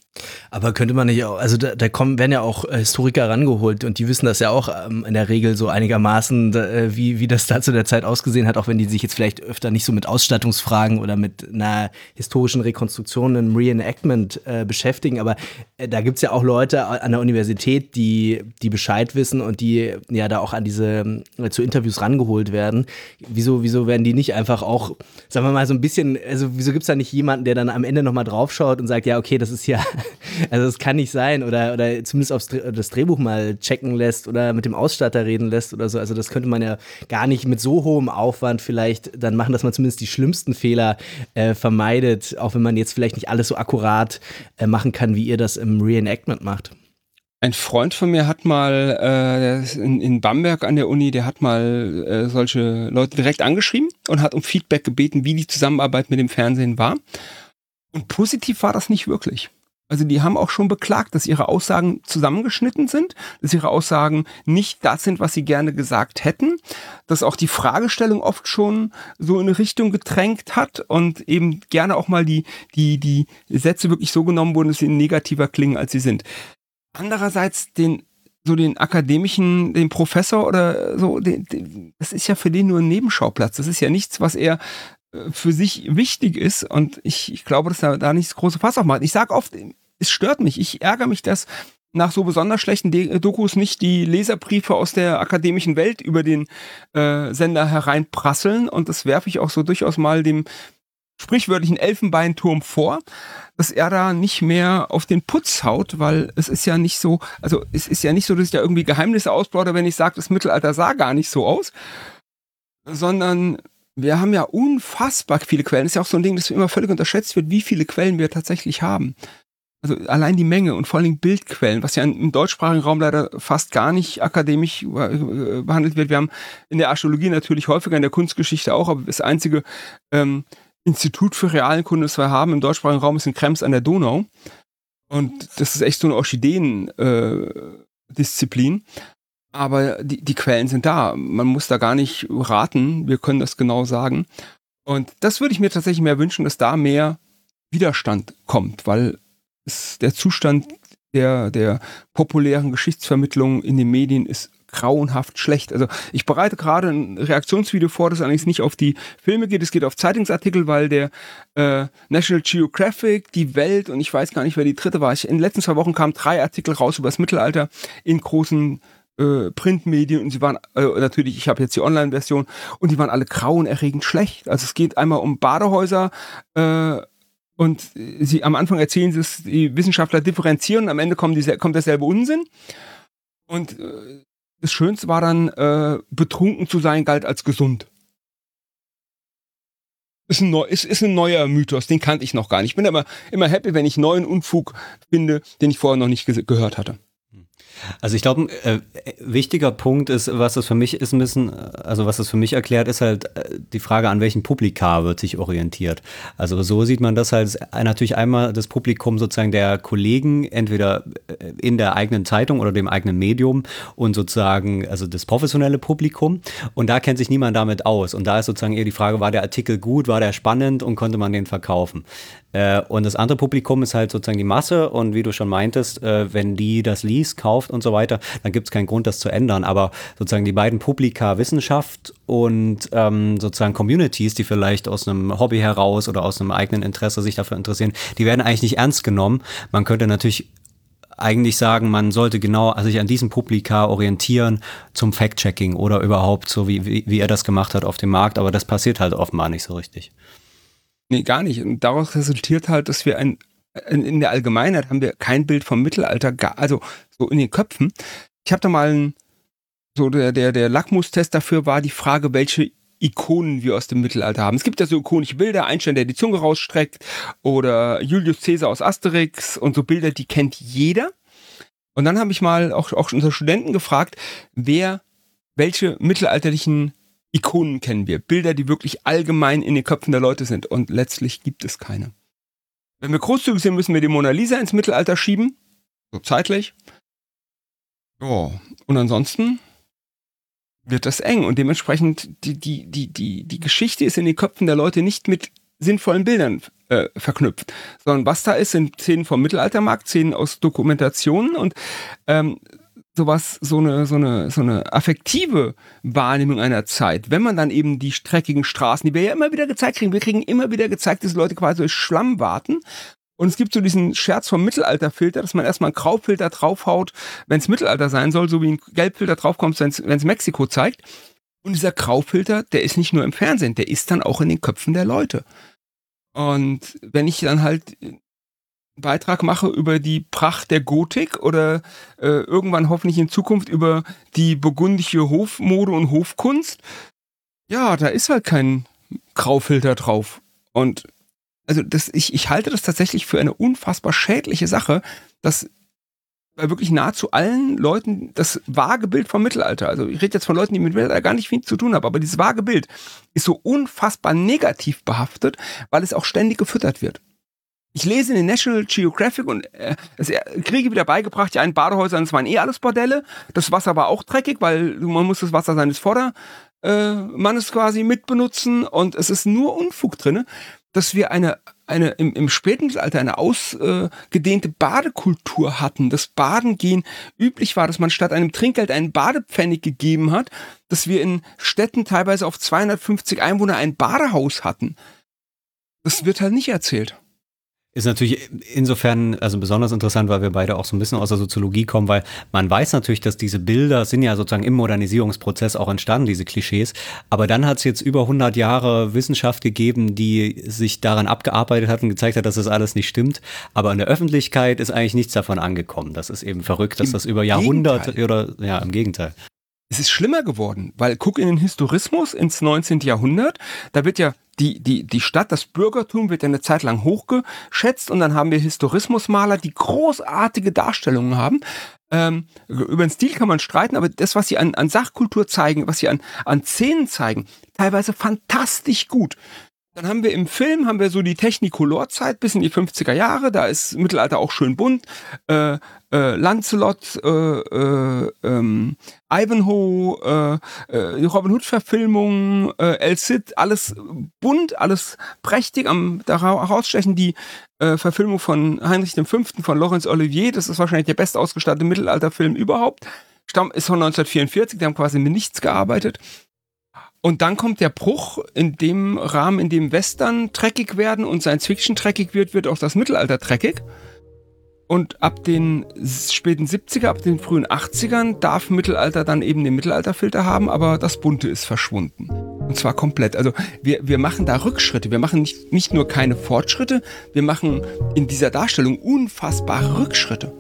Aber könnte man nicht auch, also da werden ja auch Historiker rangeholt und die wissen das ja auch in der Regel so einigermaßen, wie das da zu der Zeit ausgesehen hat, auch wenn die sich jetzt vielleicht öfter nicht so mit Ausstattungsfragen oder mit einer historischen Rekonstruktion, einem Reenactment beschäftigen, aber da gibt's ja auch Leute an der Universität, die Bescheid wissen und die ja da auch an zu Interviews rangeholt werden. Wieso werden die nicht einfach auch, sagen wir mal, so ein bisschen, also wieso gibt's da nicht jemanden, der dann am Ende nochmal draufschaut und sagt, ja, okay, das ist ja also das kann nicht sein oder zumindest das Drehbuch mal checken lässt oder mit dem Ausstatter reden lässt oder so. Also das könnte man ja gar nicht mit so hohem Aufwand vielleicht dann machen, dass man zumindest die schlimmsten Fehler vermeidet, auch wenn man jetzt vielleicht nicht alles so akkurat machen kann, wie ihr das im Reenactment macht. Ein Freund von mir hat mal der ist in Bamberg an der Uni, der hat mal solche Leute direkt angeschrieben und hat um Feedback gebeten, wie die Zusammenarbeit mit dem Fernsehen war. Und positiv war das nicht wirklich. Also die haben auch schon beklagt, dass ihre Aussagen zusammengeschnitten sind, dass ihre Aussagen nicht das sind, was sie gerne gesagt hätten, dass auch die Fragestellung oft schon so in eine Richtung gedrängt hat und eben gerne auch mal die Sätze wirklich so genommen wurden, dass sie negativer klingen, als sie sind. Andererseits den akademischen, den Professor oder so, das ist ja für den nur ein Nebenschauplatz. Das ist ja nichts, was er für sich wichtig ist und ich glaube, dass er da nicht das große Fass aufmacht. Ich sage oft, es stört mich. Ich ärgere mich, dass nach so besonders schlechten Dokus nicht die Leserbriefe aus der akademischen Welt über den Sender hereinprasseln und das werfe ich auch so durchaus mal dem sprichwörtlichen Elfenbeinturm vor, dass er da nicht mehr auf den Putz haut, weil es ist ja nicht so, dass ich da irgendwie Geheimnisse ausplaudere, wenn ich sage, das Mittelalter sah gar nicht so aus, sondern wir haben ja unfassbar viele Quellen. Das ist ja auch so ein Ding, das immer völlig unterschätzt wird, wie viele Quellen wir tatsächlich haben. Also allein die Menge und vor allem Bildquellen, was ja im deutschsprachigen Raum leider fast gar nicht akademisch behandelt wird. Wir haben in der Archäologie natürlich häufiger, in der Kunstgeschichte auch, aber das einzige Institut für Realkunde, das wir haben im deutschsprachigen Raum, ist in Krems an der Donau. Und das ist echt so eine Orchideen-Disziplin. Aber die Quellen sind da. Man muss da gar nicht raten. Wir können das genau sagen. Und das würde ich mir tatsächlich mehr wünschen, dass da mehr Widerstand kommt, weil der Zustand der populären Geschichtsvermittlung in den Medien ist grauenhaft schlecht. Also ich bereite gerade ein Reaktionsvideo vor, das allerdings nicht auf die Filme geht, es geht auf Zeitungsartikel, weil der National Geographic, die Welt und ich weiß gar nicht, wer die dritte war. In den letzten 2 Wochen kamen 3 Artikel raus über das Mittelalter in großen Printmedien und sie waren natürlich, ich habe jetzt die Online-Version und die waren alle grauenerregend schlecht. Also es geht einmal um Badehäuser und sie am Anfang erzählen sie es, die Wissenschaftler differenzieren und am Ende kommt derselbe Unsinn. Und das Schönste war dann, betrunken zu sein galt als gesund. Ist ein neuer Mythos, den kannte ich noch gar nicht. Ich bin immer happy, wenn ich neuen Unfug finde, den ich vorher noch nicht gehört hatte. Also ich glaube, ein wichtiger Punkt ist, was das für mich erklärt, ist halt die Frage, an welchem Publika wird sich orientiert. Also so sieht man das halt natürlich einmal das Publikum sozusagen der Kollegen, entweder in der eigenen Zeitung oder dem eigenen Medium und sozusagen, also das professionelle Publikum. Und da kennt sich niemand damit aus. Und da ist sozusagen eher die Frage, war der Artikel gut, war der spannend und konnte man den verkaufen? Und das andere Publikum ist halt sozusagen die Masse und wie du schon meintest, wenn die das liest, kauft und so weiter, dann gibt es keinen Grund, das zu ändern. Aber sozusagen die beiden Publika Wissenschaft und sozusagen Communities, die vielleicht aus einem Hobby heraus oder aus einem eigenen Interesse sich dafür interessieren, die werden eigentlich nicht ernst genommen. Man könnte natürlich eigentlich sagen, man sollte sich an diesem Publika orientieren zum Fact-Checking oder überhaupt so, wie er das gemacht hat auf dem Markt. Aber das passiert halt offenbar nicht so richtig. Nee, gar nicht. Und daraus resultiert halt, dass wir in der Allgemeinheit haben wir kein Bild vom Mittelalter, also so in den Köpfen. Ich habe da mal der Lackmustest dafür war die Frage, welche Ikonen wir aus dem Mittelalter haben. Es gibt ja so ikonische Bilder, Einstein, der die Zunge rausstreckt oder Julius Caesar aus Asterix und so Bilder, die kennt jeder. Und dann habe ich mal auch unsere Studenten gefragt, welche mittelalterlichen Ikonen kennen wir. Bilder, die wirklich allgemein in den Köpfen der Leute sind. Und letztlich gibt es keine. Wenn wir großzügig sind, müssen wir die Mona Lisa ins Mittelalter schieben. So zeitlich. Ja. Und ansonsten wird das eng. Und dementsprechend die Geschichte ist in den Köpfen der Leute nicht mit sinnvollen Bildern verknüpft. Sondern was da ist, sind Szenen vom Mittelaltermarkt, Szenen aus Dokumentationen und so eine affektive Wahrnehmung einer Zeit. Wenn man dann eben die dreckigen Straßen, die wir ja immer wieder gezeigt kriegen, wir kriegen immer wieder gezeigt, dass Leute quasi durch Schlamm warten. Und es gibt so diesen Scherz vom Mittelalterfilter, dass man erstmal einen Graufilter draufhaut, wenn es Mittelalter sein soll, so wie ein Gelbfilter draufkommt, wenn es Mexiko zeigt. Und dieser Graufilter, der ist nicht nur im Fernsehen, der ist dann auch in den Köpfen der Leute. Und wenn ich dann halt einen Beitrag mache über die Pracht der Gotik oder irgendwann hoffentlich in Zukunft über die burgundische Hofmode und Hofkunst, ja, da ist halt kein Graufilter drauf. Und also ich halte das tatsächlich für eine unfassbar schädliche Sache, dass bei wirklich nahezu allen Leuten das vage Bild vom Mittelalter, also ich rede jetzt von Leuten, die mit Mittelalter gar nicht viel zu tun haben, aber dieses vage Bild ist so unfassbar negativ behaftet, weil es auch ständig gefüttert wird. Ich lese in den National Geographic und kriege wieder beigebracht, ja, in Badehäusern, das waren alles Bordelle, das Wasser war auch dreckig, weil man muss das Wasser seines Vordermannes quasi mitbenutzen und es ist nur Unfug drin, dass wir im Spätmittelalter eine ausgedehnte Badekultur hatten, dass Badengehen üblich war, dass man statt einem Trinkgeld einen Badepfennig gegeben hat, dass wir in Städten teilweise auf 250 Einwohner ein Badehaus hatten. Das wird halt nicht erzählt. Ist natürlich insofern also besonders interessant, weil wir beide auch so ein bisschen aus der Soziologie kommen, weil man weiß natürlich, dass diese Bilder sind ja sozusagen im Modernisierungsprozess auch entstanden, diese Klischees, aber dann hat es jetzt über 100 Jahre Wissenschaft gegeben, die sich daran abgearbeitet hat und gezeigt hat, dass das alles nicht stimmt, aber in der Öffentlichkeit ist eigentlich nichts davon angekommen. Das ist eben verrückt, dass das über Jahrhunderte im Gegenteil. Es ist schlimmer geworden, weil guck in den Historismus ins 19. Jahrhundert, da wird ja die Stadt, das Bürgertum wird ja eine Zeit lang hochgeschätzt und dann haben wir Historismusmaler, die großartige Darstellungen haben. Über den Stil kann man streiten, aber das, was sie an Sachkultur zeigen, was sie an Szenen zeigen, teilweise fantastisch gut. Dann haben wir im Film so die Technicolor-Zeit bis in die 50er Jahre, da ist Mittelalter auch schön bunt, Lancelot, Ivanhoe, Robin Hood-Verfilmung, El Cid, alles bunt, alles prächtig. Da herausstechen die Verfilmung von Heinrich V. von Laurence Olivier, das ist wahrscheinlich der bestausgestattete Mittelalterfilm überhaupt. Ist von 1944, die haben quasi mit nichts gearbeitet. Und dann kommt der Bruch, in dem Rahmen, in dem Western dreckig werden und Science-Fiction dreckig wird auch das Mittelalter dreckig. Und ab den späten 70er, ab den frühen 80ern darf Mittelalter dann eben den Mittelalterfilter haben, aber das Bunte ist verschwunden. Und zwar komplett. Also wir machen da Rückschritte. Wir machen nicht nur keine Fortschritte, wir machen in dieser Darstellung unfassbare Rückschritte.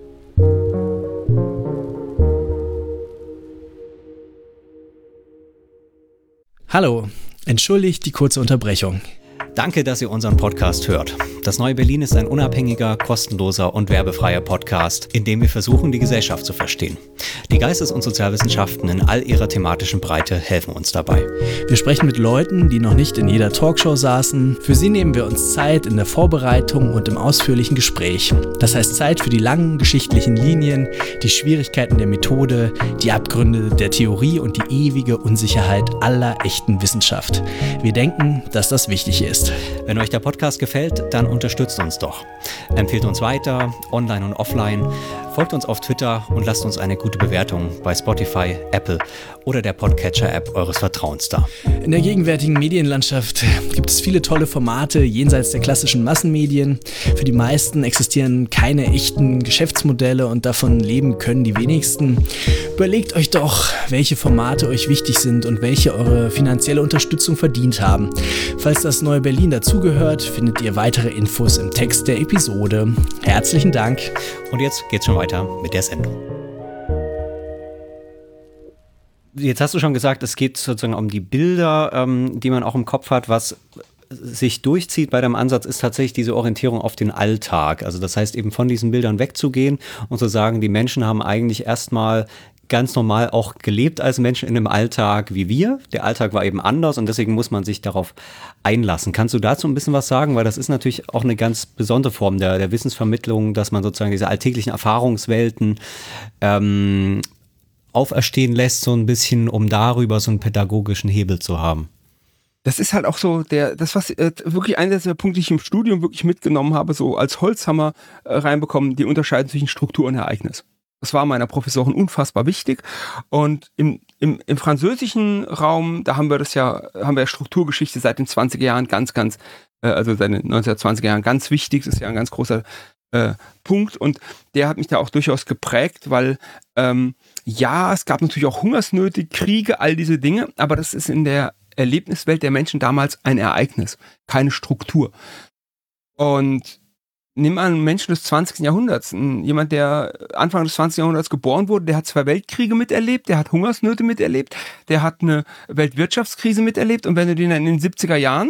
Hallo, entschuldigt die kurze Unterbrechung. Danke, dass ihr unseren Podcast hört. Das Neue Berlin ist ein unabhängiger, kostenloser und werbefreier Podcast, in dem wir versuchen, die Gesellschaft zu verstehen. Die Geistes- und Sozialwissenschaften in all ihrer thematischen Breite helfen uns dabei. Wir sprechen mit Leuten, die noch nicht in jeder Talkshow saßen. Für sie nehmen wir uns Zeit in der Vorbereitung und im ausführlichen Gespräch. Das heißt Zeit für die langen geschichtlichen Linien, die Schwierigkeiten der Methode, die Abgründe der Theorie und die ewige Unsicherheit aller echten Wissenschaft. Wir denken, dass das wichtig ist. Wenn euch der Podcast gefällt, dann unterstützt uns doch. Empfehlt uns weiter, online und offline. Folgt uns auf Twitter und lasst uns eine gute Bewertung bei Spotify, Apple oder der Podcatcher-App eures Vertrauens da. In der gegenwärtigen Medienlandschaft gibt es viele tolle Formate jenseits der klassischen Massenmedien. Für die meisten existieren keine echten Geschäftsmodelle und davon leben können die wenigsten. Überlegt euch doch, welche Formate euch wichtig sind und welche eure finanzielle Unterstützung verdient haben. Falls das Neue Berlin dazugehört, findet ihr weitere Infos im Text der Episode. Herzlichen Dank. Und jetzt geht's schon weiter mit der Sendung. Jetzt hast du schon gesagt, es geht sozusagen um die Bilder, die man auch im Kopf hat. Was sich durchzieht bei deinem Ansatz, ist tatsächlich diese Orientierung auf den Alltag. Also das heißt eben von diesen Bildern wegzugehen und zu sagen, die Menschen haben eigentlich erstmal ganz normal auch gelebt als Menschen in einem Alltag wie wir. Der Alltag war eben anders und deswegen muss man sich darauf einlassen. Kannst du dazu ein bisschen was sagen? Weil das ist natürlich auch eine ganz besondere Form der Wissensvermittlung, dass man sozusagen diese alltäglichen Erfahrungswelten auferstehen lässt, so ein bisschen, um darüber so einen pädagogischen Hebel zu haben. das ist halt auch so was wirklich einer der Punkte, die ich im Studium wirklich mitgenommen habe, so als Holzhammer reinbekommen, die Unterscheidung zwischen Struktur und Ereignis. Das war meiner Professorin unfassbar wichtig. Und im französischen Raum, da haben wir Strukturgeschichte seit den 20er Jahren also seit den 1920er Jahren ganz wichtig. Das ist ja ein ganz großer Punkt. Und der hat mich da auch durchaus geprägt, weil es gab natürlich auch Hungersnöte, Kriege, all diese Dinge, aber das ist in der Erlebniswelt der Menschen damals ein Ereignis, keine Struktur. Und nimm an einen Menschen des 20. Jahrhunderts, jemand, der Anfang des 20. Jahrhunderts geboren wurde, der hat 2 Weltkriege miterlebt, der hat Hungersnöte miterlebt, der hat eine Weltwirtschaftskrise miterlebt, und wenn du den in den 70er Jahren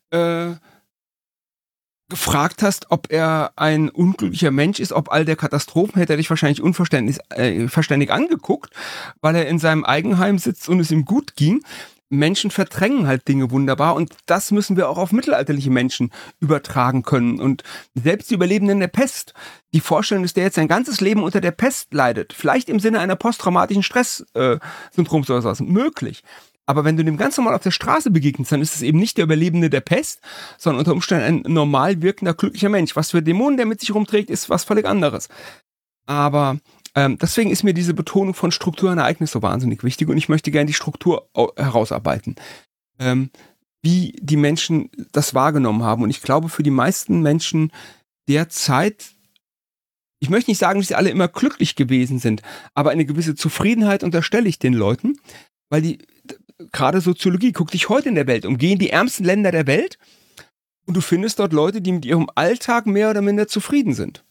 gefragt hast, ob er ein unglücklicher Mensch ist, ob all der Katastrophen, hätte er dich wahrscheinlich verständig angeguckt, weil er in seinem Eigenheim sitzt und es ihm gut ging. Menschen verdrängen halt Dinge wunderbar, und das müssen wir auch auf mittelalterliche Menschen übertragen können. Und selbst die Überlebenden der Pest, die Vorstellung, dass der jetzt sein ganzes Leben unter der Pest leidet, vielleicht im Sinne einer posttraumatischen Stresssyndroms oder sowas, möglich. Aber wenn du dem ganz normal auf der Straße begegnest, dann ist es eben nicht der Überlebende der Pest, sondern unter Umständen ein normal wirkender, glücklicher Mensch. Was für Dämonen der mit sich rumträgt, ist was völlig anderes. Aber deswegen ist mir diese Betonung von Struktur und Ereignis so wahnsinnig wichtig, und ich möchte gerne die Struktur herausarbeiten. Wie die Menschen das wahrgenommen haben. Und ich glaube, für die meisten Menschen derzeit, ich möchte nicht sagen, dass sie alle immer glücklich gewesen sind, aber eine gewisse Zufriedenheit unterstelle ich den Leuten, weil gerade Soziologie, guck dich heute in der Welt um, geh in die ärmsten Länder der Welt und du findest dort Leute, die mit ihrem Alltag mehr oder minder zufrieden sind.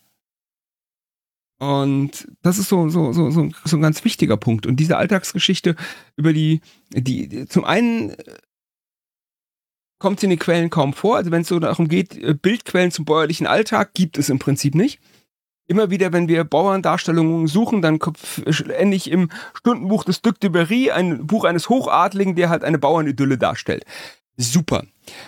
Und das ist so ein ganz wichtiger Punkt. Und diese Alltagsgeschichte über die zum einen kommt es in den Quellen kaum vor, also wenn es so darum geht, Bildquellen zum bäuerlichen Alltag gibt es im Prinzip nicht. Immer wieder, wenn wir Bauerndarstellungen suchen, dann ende ich im Stundenbuch des Duc de Berry, ein Buch eines Hochadligen, der halt eine Bauernidylle darstellt. Super.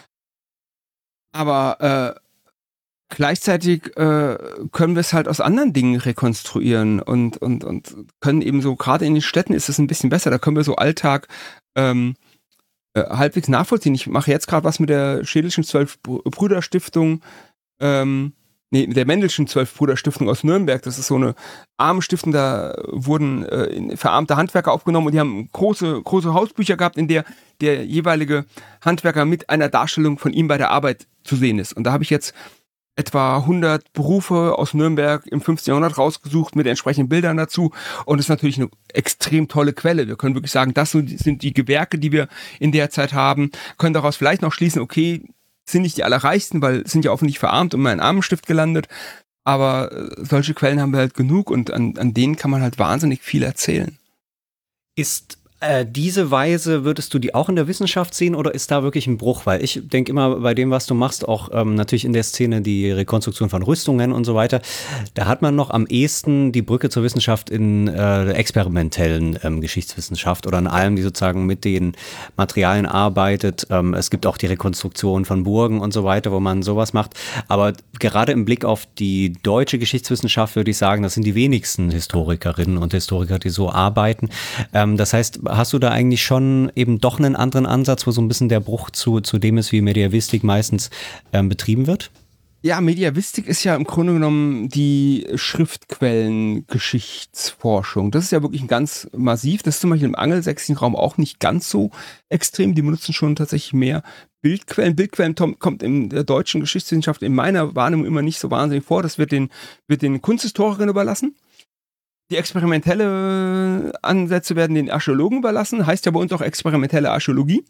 Aber gleichzeitig können wir es halt aus anderen Dingen rekonstruieren und können eben so, gerade in den Städten ist es ein bisschen besser, da können wir so Alltag halbwegs nachvollziehen. Ich mache jetzt gerade was mit der Schedelschen 12-Brüder-Stiftung, mit der Mendelschen 12-Brüder-Stiftung aus Nürnberg. Das ist so eine arme Stiftung, da wurden verarmte Handwerker aufgenommen, und die haben große Hausbücher gehabt, in der jeweilige Handwerker mit einer Darstellung von ihm bei der Arbeit zu sehen ist. Und da habe ich jetzt etwa 100 Berufe aus Nürnberg im 15. Jahrhundert rausgesucht mit entsprechenden Bildern dazu, und das ist natürlich eine extrem tolle Quelle. Wir können wirklich sagen, das sind die Gewerke, die wir in der Zeit haben, können daraus vielleicht noch schließen, okay, sind nicht die Allerreichsten, weil sind ja offensichtlich verarmt und in einem Armenstift gelandet, aber solche Quellen haben wir halt genug, und an denen kann man halt wahnsinnig viel erzählen. Ist diese Weise, würdest du die auch in der Wissenschaft sehen, oder ist da wirklich ein Bruch? Weil ich denke immer, bei dem, was du machst, auch natürlich in der Szene die Rekonstruktion von Rüstungen und so weiter, da hat man noch am ehesten die Brücke zur Wissenschaft in der experimentellen Geschichtswissenschaft oder in allem, die sozusagen mit den Materialien arbeitet. Es gibt auch die Rekonstruktion von Burgen und so weiter, wo man sowas macht. Aber gerade im Blick auf die deutsche Geschichtswissenschaft würde ich sagen, das sind die wenigsten Historikerinnen und Historiker, die so arbeiten. Das heißt, hast du da eigentlich schon eben doch einen anderen Ansatz, wo so ein bisschen der Bruch zu dem ist, wie Mediavistik meistens betrieben wird? Ja, Mediavistik ist ja im Grunde genommen die Schriftquellengeschichtsforschung. Das ist ja wirklich ganz massiv. Das ist zum Beispiel im angelsächsischen Raum auch nicht ganz so extrem. Die benutzen schon tatsächlich mehr Bildquellen. Bildquellen kommt in der deutschen Geschichtswissenschaft in meiner Wahrnehmung immer nicht so wahnsinnig vor. Das wird den Kunsthistorikern überlassen. Die experimentelle Ansätze werden den Archäologen überlassen, heißt ja bei uns auch experimentelle Archäologie.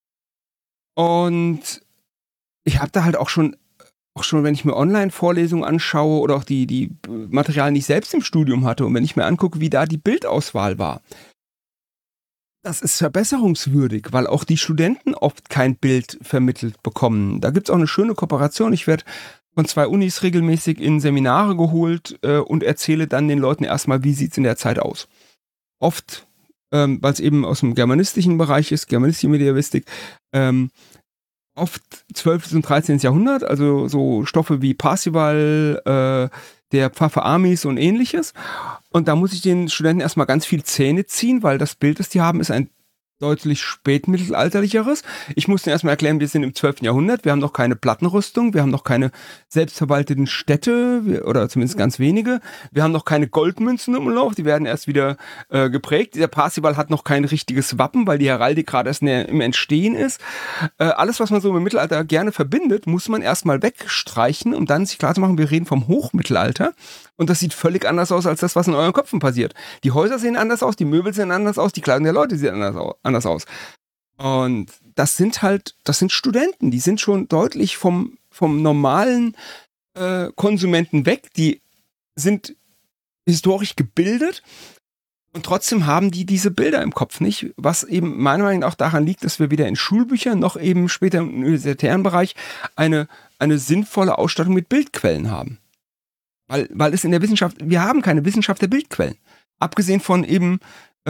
Und ich habe da halt auch schon, wenn ich mir Online-Vorlesungen anschaue oder auch die Materialien, die ich selbst im Studium hatte, und wenn ich mir angucke, wie da die Bildauswahl war, das ist verbesserungswürdig, weil auch die Studenten oft kein Bild vermittelt bekommen. Da gibt es auch eine schöne Kooperation. Ich werde von 2 Unis regelmäßig in Seminare geholt und erzähle dann den Leuten erstmal, wie sieht es in der Zeit aus. Oft, weil es eben aus dem germanistischen Bereich ist, germanistische Mediavistik, oft 12. und 13. Jahrhundert, also so Stoffe wie Parzival, der Pfaffe Amis und ähnliches. Und da muss ich den Studenten erstmal ganz viel Zähne ziehen, weil das Bild, das die haben, ist ein deutlich spätmittelalterlicheres. Ich muss Ihnen erstmal erklären, wir sind im 12. Jahrhundert, wir haben noch keine Plattenrüstung, wir haben noch keine selbstverwalteten Städte, oder zumindest ganz wenige. Wir haben noch keine Goldmünzen im Umlauf, die werden erst wieder geprägt. Der Parzival hat noch kein richtiges Wappen, weil die Heraldik gerade erst im Entstehen ist. Alles, was man so im Mittelalter gerne verbindet, muss man erstmal wegstreichen, um dann sich klarzumachen, wir reden vom Hochmittelalter. Und das sieht völlig anders aus, als das, was in euren Köpfen passiert. Die Häuser sehen anders aus, die Möbel sehen anders aus, die Kleidung der Leute sieht anders aus. Und das sind Studenten, die sind schon deutlich vom normalen Konsumenten weg, die sind historisch gebildet und trotzdem haben die diese Bilder im Kopf nicht, was eben meiner Meinung nach auch daran liegt, dass wir weder in Schulbüchern noch eben später im universitären Bereich eine sinnvolle Ausstattung mit Bildquellen haben. Weil es in der Wissenschaft, wir haben keine Wissenschaft der Bildquellen. Abgesehen von eben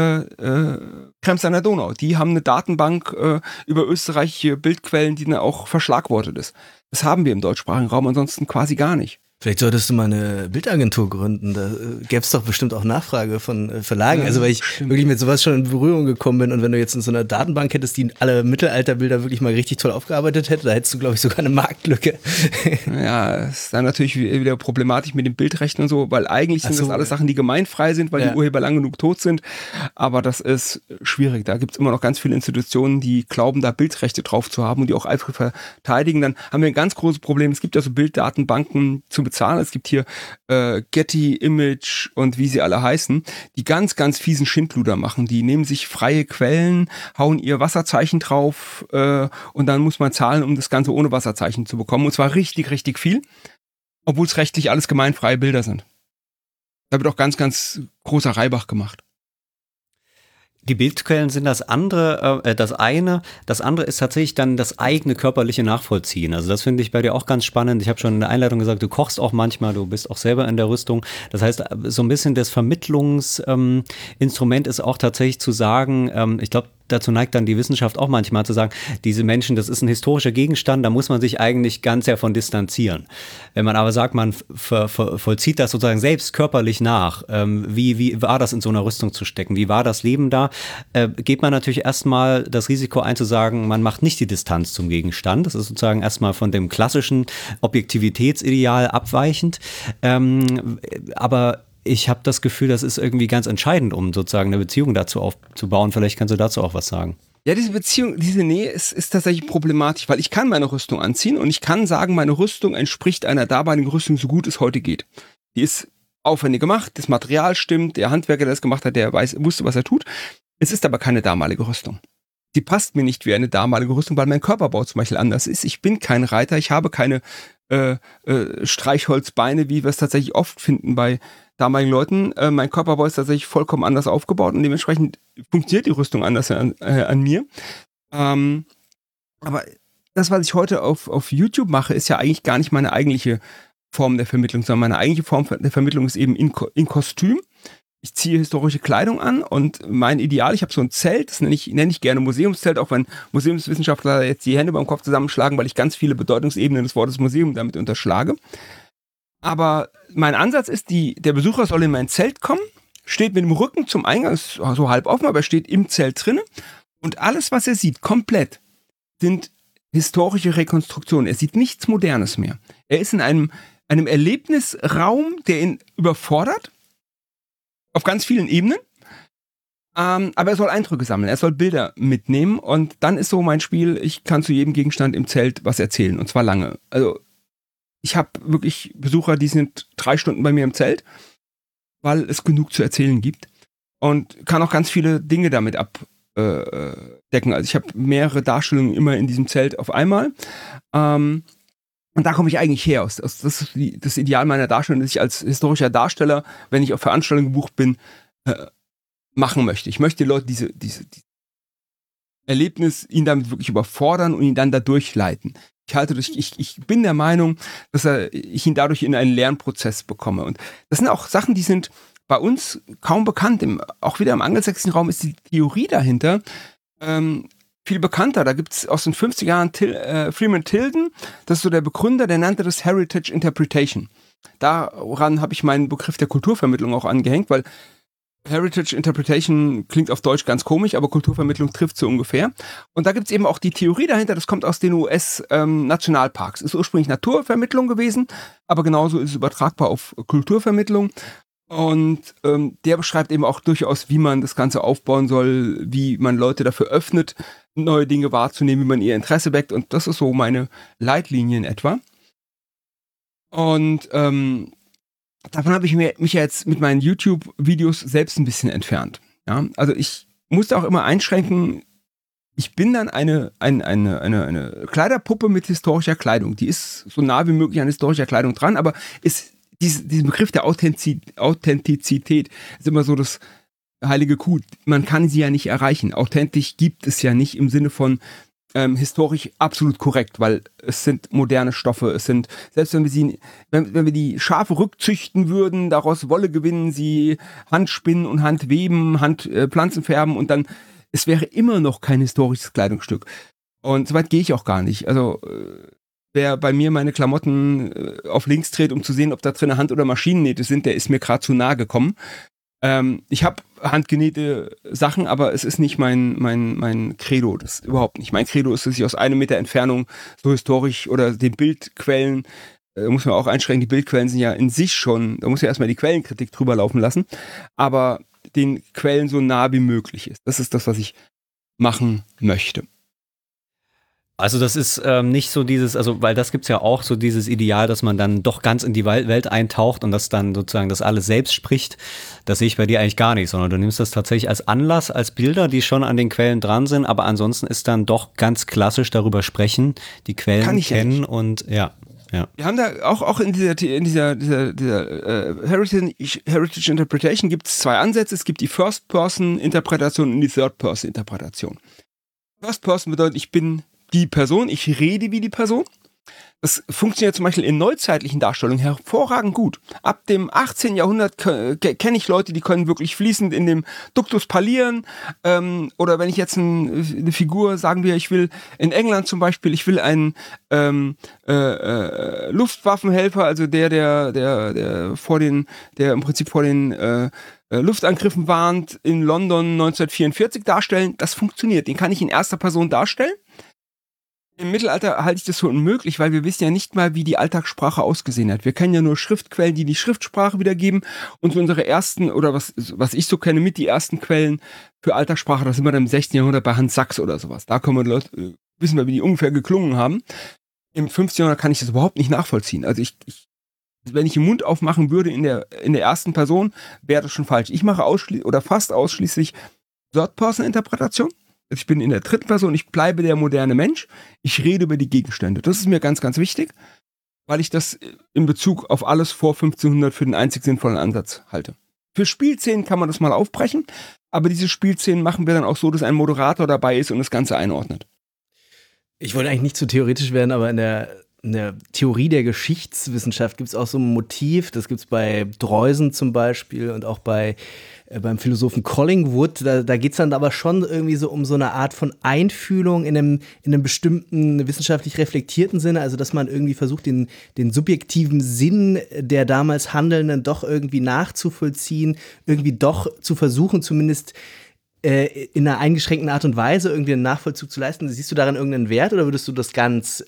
Krems an der Donau. Die haben eine Datenbank über österreichische Bildquellen, die dann auch verschlagwortet ist. Das haben wir im deutschsprachigen Raum ansonsten quasi gar nicht. Vielleicht solltest du mal eine Bildagentur gründen. Da gäbe es doch bestimmt auch Nachfrage von Verlagen. Also weil ich wirklich mit sowas schon in Berührung gekommen bin. Und wenn du jetzt in so einer Datenbank hättest, die alle Mittelalterbilder wirklich mal richtig toll aufgearbeitet hätte, da hättest du, glaube ich, sogar eine Marktlücke. Ja, ist dann natürlich wieder problematisch mit den Bildrechten und so, weil eigentlich sind das alles Sachen, die gemeinfrei sind, weil die Urheber lang genug tot sind. Aber das ist schwierig. Da gibt es immer noch ganz viele Institutionen, die glauben, da Bildrechte drauf zu haben und die auch eifrig verteidigen. Dann haben wir ein ganz großes Problem. Es gibt ja so Bilddatenbanken zum Bezahlen. Es gibt hier Getty, Image und wie sie alle heißen, die ganz, ganz fiesen Schindluder machen. Die nehmen sich freie Quellen, hauen ihr Wasserzeichen drauf und dann muss man zahlen, um das Ganze ohne Wasserzeichen zu bekommen. Und zwar richtig, richtig viel, obwohl es rechtlich alles gemeinfreie Bilder sind. Da wird auch ganz, ganz großer Reibach gemacht. Die Bildquellen sind das andere, das eine. Das andere ist tatsächlich dann das eigene körperliche Nachvollziehen. Also das finde ich bei dir auch ganz spannend. Ich habe schon in der Einleitung gesagt, du kochst auch manchmal, du bist auch selber in der Rüstung. Das heißt, so ein bisschen das Vermittlungsinstrument ist auch tatsächlich zu sagen, ich glaube, dazu neigt dann die Wissenschaft auch manchmal zu sagen, diese Menschen, das ist ein historischer Gegenstand, da muss man sich eigentlich ganz sehr von distanzieren. Wenn man aber sagt, man vollzieht das sozusagen selbst körperlich nach, wie war das in so einer Rüstung zu stecken, wie war das Leben da, geht man natürlich erstmal das Risiko ein zu sagen, man macht nicht die Distanz zum Gegenstand. Das ist sozusagen erstmal von dem klassischen Objektivitätsideal abweichend, aber ich habe das Gefühl, das ist irgendwie ganz entscheidend, um sozusagen eine Beziehung dazu aufzubauen. Vielleicht kannst du dazu auch was sagen. Ja, diese Beziehung, diese Nähe ist tatsächlich problematisch, weil ich kann meine Rüstung anziehen und ich kann sagen, meine Rüstung entspricht einer damaligen Rüstung, so gut es heute geht. Die ist aufwendig gemacht, das Material stimmt, der Handwerker, der das gemacht hat, der wusste, was er tut. Es ist aber keine damalige Rüstung. Die passt mir nicht wie eine damalige Rüstung, weil mein Körperbau zum Beispiel anders ist. Ich bin kein Reiter, ich habe keine Streichholzbeine, wie wir es tatsächlich oft finden bei damaligen Leuten. Mein Körperbau ist tatsächlich vollkommen anders aufgebaut und dementsprechend funktioniert die Rüstung anders an mir. Aber das, was ich heute auf YouTube mache, ist ja eigentlich gar nicht meine eigentliche Form der Vermittlung, sondern meine eigentliche Form der Vermittlung ist eben in Kostüm. Ich ziehe historische Kleidung an und mein Ideal, ich habe so ein Zelt, das nenne ich gerne Museumszelt, auch wenn Museumswissenschaftler jetzt die Hände beim Kopf zusammenschlagen, weil ich ganz viele Bedeutungsebenen des Wortes Museum damit unterschlage. Aber mein Ansatz ist, der Besucher soll in mein Zelt kommen, steht mit dem Rücken zum Eingang, ist so halb offen, aber er steht im Zelt drin und alles, was er sieht, komplett, sind historische Rekonstruktionen. Er sieht nichts Modernes mehr. Er ist in einem Erlebnisraum, der ihn überfordert, auf ganz vielen Ebenen, aber er soll Eindrücke sammeln, er soll Bilder mitnehmen und dann ist so mein Spiel, ich kann zu jedem Gegenstand im Zelt was erzählen und zwar lange. Also ich habe wirklich Besucher, die sind 3 Stunden bei mir im Zelt, weil es genug zu erzählen gibt und kann auch ganz viele Dinge damit abdecken. Also ich habe mehrere Darstellungen immer in diesem Zelt auf einmal. Und da komme ich eigentlich her. Das ist das Ideal meiner Darstellung, dass ich als historischer Darsteller, wenn ich auf Veranstaltungen gebucht bin, machen möchte. Ich möchte die Leute diese Erlebnis, ihn damit wirklich überfordern und ihn dann da durchleiten. Ich bin der Meinung, dass ich ihn dadurch in einen Lernprozess bekomme. Und das sind auch Sachen, die sind bei uns kaum bekannt. Auch wieder im angelsächsischen Raum ist die Theorie dahinter viel bekannter. Da gibt es aus den 50er Jahren Freeman Tilden, das ist so der Begründer, der nannte das Heritage Interpretation. Daran habe ich meinen Begriff der Kulturvermittlung auch angehängt, weil Heritage Interpretation klingt auf Deutsch ganz komisch, aber Kulturvermittlung trifft so ungefähr. Und da gibt's eben auch die Theorie dahinter, das kommt aus den US-Nationalparks. Ist ursprünglich Naturvermittlung gewesen, aber genauso ist es übertragbar auf Kulturvermittlung. Und der beschreibt eben auch durchaus, wie man das Ganze aufbauen soll, wie man Leute dafür öffnet, neue Dinge wahrzunehmen, wie man ihr Interesse weckt. Und das ist so meine Leitlinie in etwa. Und davon habe ich mich jetzt mit meinen YouTube-Videos selbst ein bisschen entfernt. Ja? Also ich musste auch immer einschränken, ich bin dann eine Kleiderpuppe mit historischer Kleidung. Die ist so nah wie möglich an historischer Kleidung dran, aber diesen Begriff der Authentizität ist immer so das heilige Gut. Man kann sie ja nicht erreichen. Authentisch gibt es ja nicht im Sinne von historisch absolut korrekt, weil es sind moderne Stoffe, es sind, selbst wenn wir die Schafe rückzüchten würden, daraus Wolle gewinnen, sie Handspinnen und Handweben, Pflanzen färben und dann, es wäre immer noch kein historisches Kleidungsstück. Und so weit gehe ich auch gar nicht. Also wer bei mir meine Klamotten auf links dreht, um zu sehen, ob da drin Hand- oder Maschinennähte sind, der ist mir gerade zu nahe gekommen. Ich habe handgenähte Sachen, aber es ist nicht mein Credo, das überhaupt nicht. Mein Credo ist, dass ich aus 1 Meter Entfernung so historisch oder den Bildquellen, muss man auch einschränken, die Bildquellen sind ja in sich schon, da muss ja erstmal die Quellenkritik drüber laufen lassen, aber den Quellen so nah wie möglich ist. Das ist das, was ich machen möchte. Also das ist nicht so dieses, also weil das gibt's ja auch, so dieses Ideal, dass man dann doch ganz in die Welt eintaucht und das dann sozusagen das alles selbst spricht. Das sehe ich bei dir eigentlich gar nicht, sondern du nimmst das tatsächlich als Anlass, als Bilder, die schon an den Quellen dran sind, aber ansonsten ist dann doch ganz klassisch darüber sprechen, die Quellen kennen und ja. Wir haben da auch in dieser Heritage Interpretation gibt es 2 Ansätze. Es gibt die First-Person-Interpretation und die Third-Person-Interpretation. First-Person bedeutet, ich bin die Person, ich rede wie die Person. Das funktioniert zum Beispiel in neuzeitlichen Darstellungen hervorragend gut. Ab dem 18. Jahrhundert kenne ich Leute, die können wirklich fließend in dem Duktus parlieren. Oder wenn ich jetzt eine Figur, sagen wir, ich will in England zum Beispiel, ich will einen Luftwaffenhelfer, also der im Prinzip vor den Luftangriffen warnt, in London 1944 darstellen. Das funktioniert. Den kann ich in erster Person darstellen. Im Mittelalter halte ich das für unmöglich, weil wir wissen ja nicht mal, wie die Alltagssprache ausgesehen hat. Wir kennen ja nur Schriftquellen, die Schriftsprache wiedergeben. Und so unsere ersten, oder was ich so kenne, mit die ersten Quellen für Alltagssprache, das sind wir dann im 16. Jahrhundert bei Hans Sachs oder sowas. Da können wir wissen wir, wie die ungefähr geklungen haben. Im 15. Jahrhundert kann ich das überhaupt nicht nachvollziehen. Also wenn ich den Mund aufmachen würde in der ersten Person, wäre das schon falsch. Ich mache fast ausschließlich Third-Person-Interpretation. Ich bin in der dritten Person, ich bleibe der moderne Mensch, ich rede über die Gegenstände. Das ist mir ganz, ganz wichtig, weil ich das in Bezug auf alles vor 1500 für den einzig sinnvollen Ansatz halte. Für Spielszenen kann man das mal aufbrechen, aber diese Spielszenen machen wir dann auch so, dass ein Moderator dabei ist und das Ganze einordnet. Ich wollte eigentlich nicht zu theoretisch werden, aber in der Theorie der Geschichtswissenschaft gibt es auch so ein Motiv, das gibt es bei Droysen zum Beispiel und auch beim Philosophen Collingwood, da geht es dann aber schon irgendwie so um so eine Art von Einfühlung in einem bestimmten wissenschaftlich reflektierten Sinne, also dass man irgendwie versucht, den subjektiven Sinn der damals Handelnden doch irgendwie nachzuvollziehen, irgendwie doch zu versuchen, zumindest in einer eingeschränkten Art und Weise irgendwie einen Nachvollzug zu leisten. Siehst du darin irgendeinen Wert oder würdest du das ganz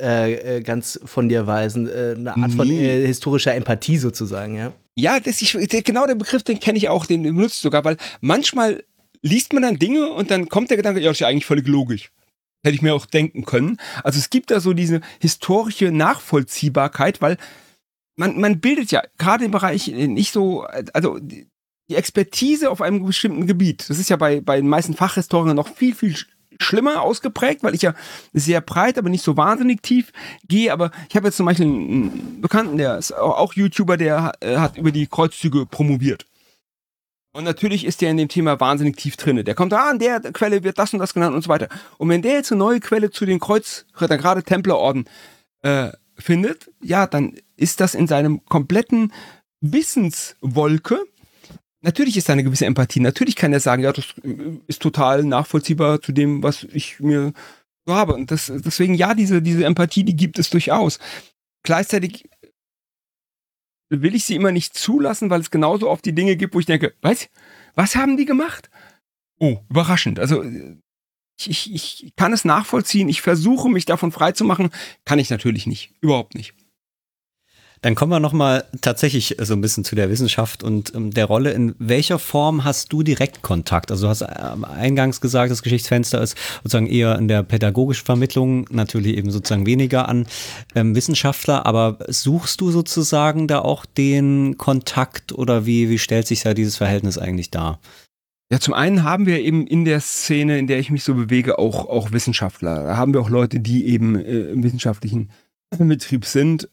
von dir weisen? Eine Art von historischer Empathie sozusagen, ja? Ja, genau der Begriff, den kenne ich auch, den benutze ich sogar, weil manchmal liest man dann Dinge und dann kommt der Gedanke, ja, das ist ja eigentlich völlig logisch. Hätte ich mir auch denken können. Also es gibt da so diese historische Nachvollziehbarkeit, weil man bildet ja gerade im Bereich nicht so, also die Expertise auf einem bestimmten Gebiet, das ist ja bei den meisten Fachhistorikern noch viel, viel schlimmer ausgeprägt, weil ich ja sehr breit, aber nicht so wahnsinnig tief gehe. Aber ich habe jetzt zum Beispiel einen Bekannten, der ist auch YouTuber, der hat über die Kreuzzüge promoviert. Und natürlich ist der in dem Thema wahnsinnig tief drin. Der kommt an der Quelle wird das und das genannt und so weiter. Und wenn der jetzt eine neue Quelle zu den Kreuzrittern, gerade Templerorden, findet, ja, dann ist das in seinem kompletten Wissenswolke. Natürlich ist da eine gewisse Empathie. Natürlich kann er sagen, ja, das ist total nachvollziehbar zu dem, was ich mir so habe. Und deswegen, ja, diese Empathie, die gibt es durchaus. Gleichzeitig will ich sie immer nicht zulassen, weil es genauso oft die Dinge gibt, wo ich denke, was? Was haben die gemacht? Oh, überraschend. Also ich kann es nachvollziehen. Ich versuche, mich davon freizumachen. Kann ich natürlich nicht. Überhaupt nicht. Dann kommen wir nochmal tatsächlich so ein bisschen zu der Wissenschaft und der Rolle. In welcher Form hast du direkt Kontakt? Also du hast eingangs gesagt, das Geschichtsfenster ist sozusagen eher in der pädagogischen Vermittlung, natürlich eben sozusagen weniger an Wissenschaftler, aber suchst du sozusagen da auch den Kontakt oder wie stellt sich da dieses Verhältnis eigentlich dar? Ja, zum einen haben wir eben in der Szene, in der ich mich so bewege, auch Wissenschaftler. Da haben wir auch Leute, die eben im wissenschaftlichen Betrieb sind.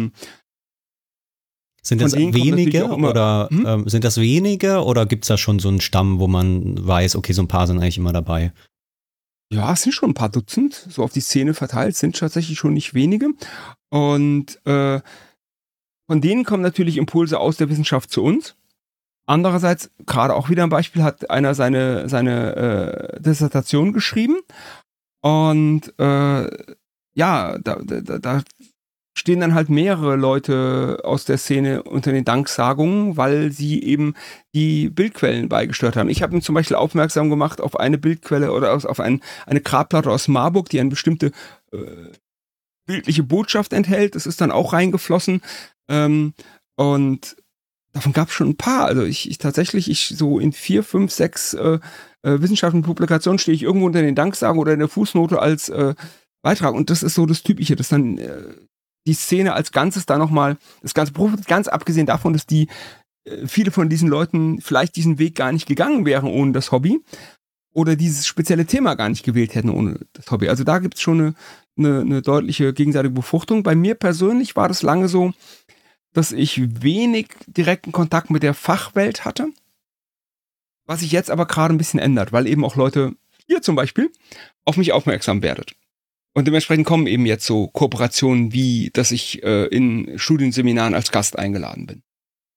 Sind das wenige oder sind das wenige oder gibt es da schon so einen Stamm, wo man weiß, okay, so ein paar sind eigentlich immer dabei? Ja, es sind schon ein paar Dutzend, so auf die Szene verteilt, sind tatsächlich schon nicht wenige. Und von denen kommen natürlich Impulse aus der Wissenschaft zu uns. Andererseits, gerade auch wieder ein Beispiel, hat einer seine Dissertation geschrieben. Und ja, da stehen dann halt mehrere Leute aus der Szene unter den Danksagungen, weil sie eben die Bildquellen beigesteuert haben. Ich habe ihn zum Beispiel aufmerksam gemacht auf eine Bildquelle oder auf eine Grabplatte aus Marburg, die eine bestimmte bildliche Botschaft enthält. Das ist dann auch reingeflossen. Und davon gab es schon ein paar. Also ich so in 4, 5, 6 wissenschaftlichen Publikationen stehe ich irgendwo unter den Danksagungen oder in der Fußnote als Beitrag. Und das ist so das Typische, dass dann die Szene als Ganzes da nochmal, das ganze Beruf, ganz abgesehen davon, dass viele von diesen Leuten vielleicht diesen Weg gar nicht gegangen wären ohne das Hobby oder dieses spezielle Thema gar nicht gewählt hätten ohne das Hobby. Also da gibt es schon eine deutliche gegenseitige Befruchtung. Bei mir persönlich war das lange so, dass ich wenig direkten Kontakt mit der Fachwelt hatte, was sich jetzt aber gerade ein bisschen ändert, weil eben auch Leute, ihr zum Beispiel, auf mich aufmerksam werdet. Und dementsprechend kommen eben jetzt so Kooperationen wie, dass ich in Studienseminaren als Gast eingeladen bin.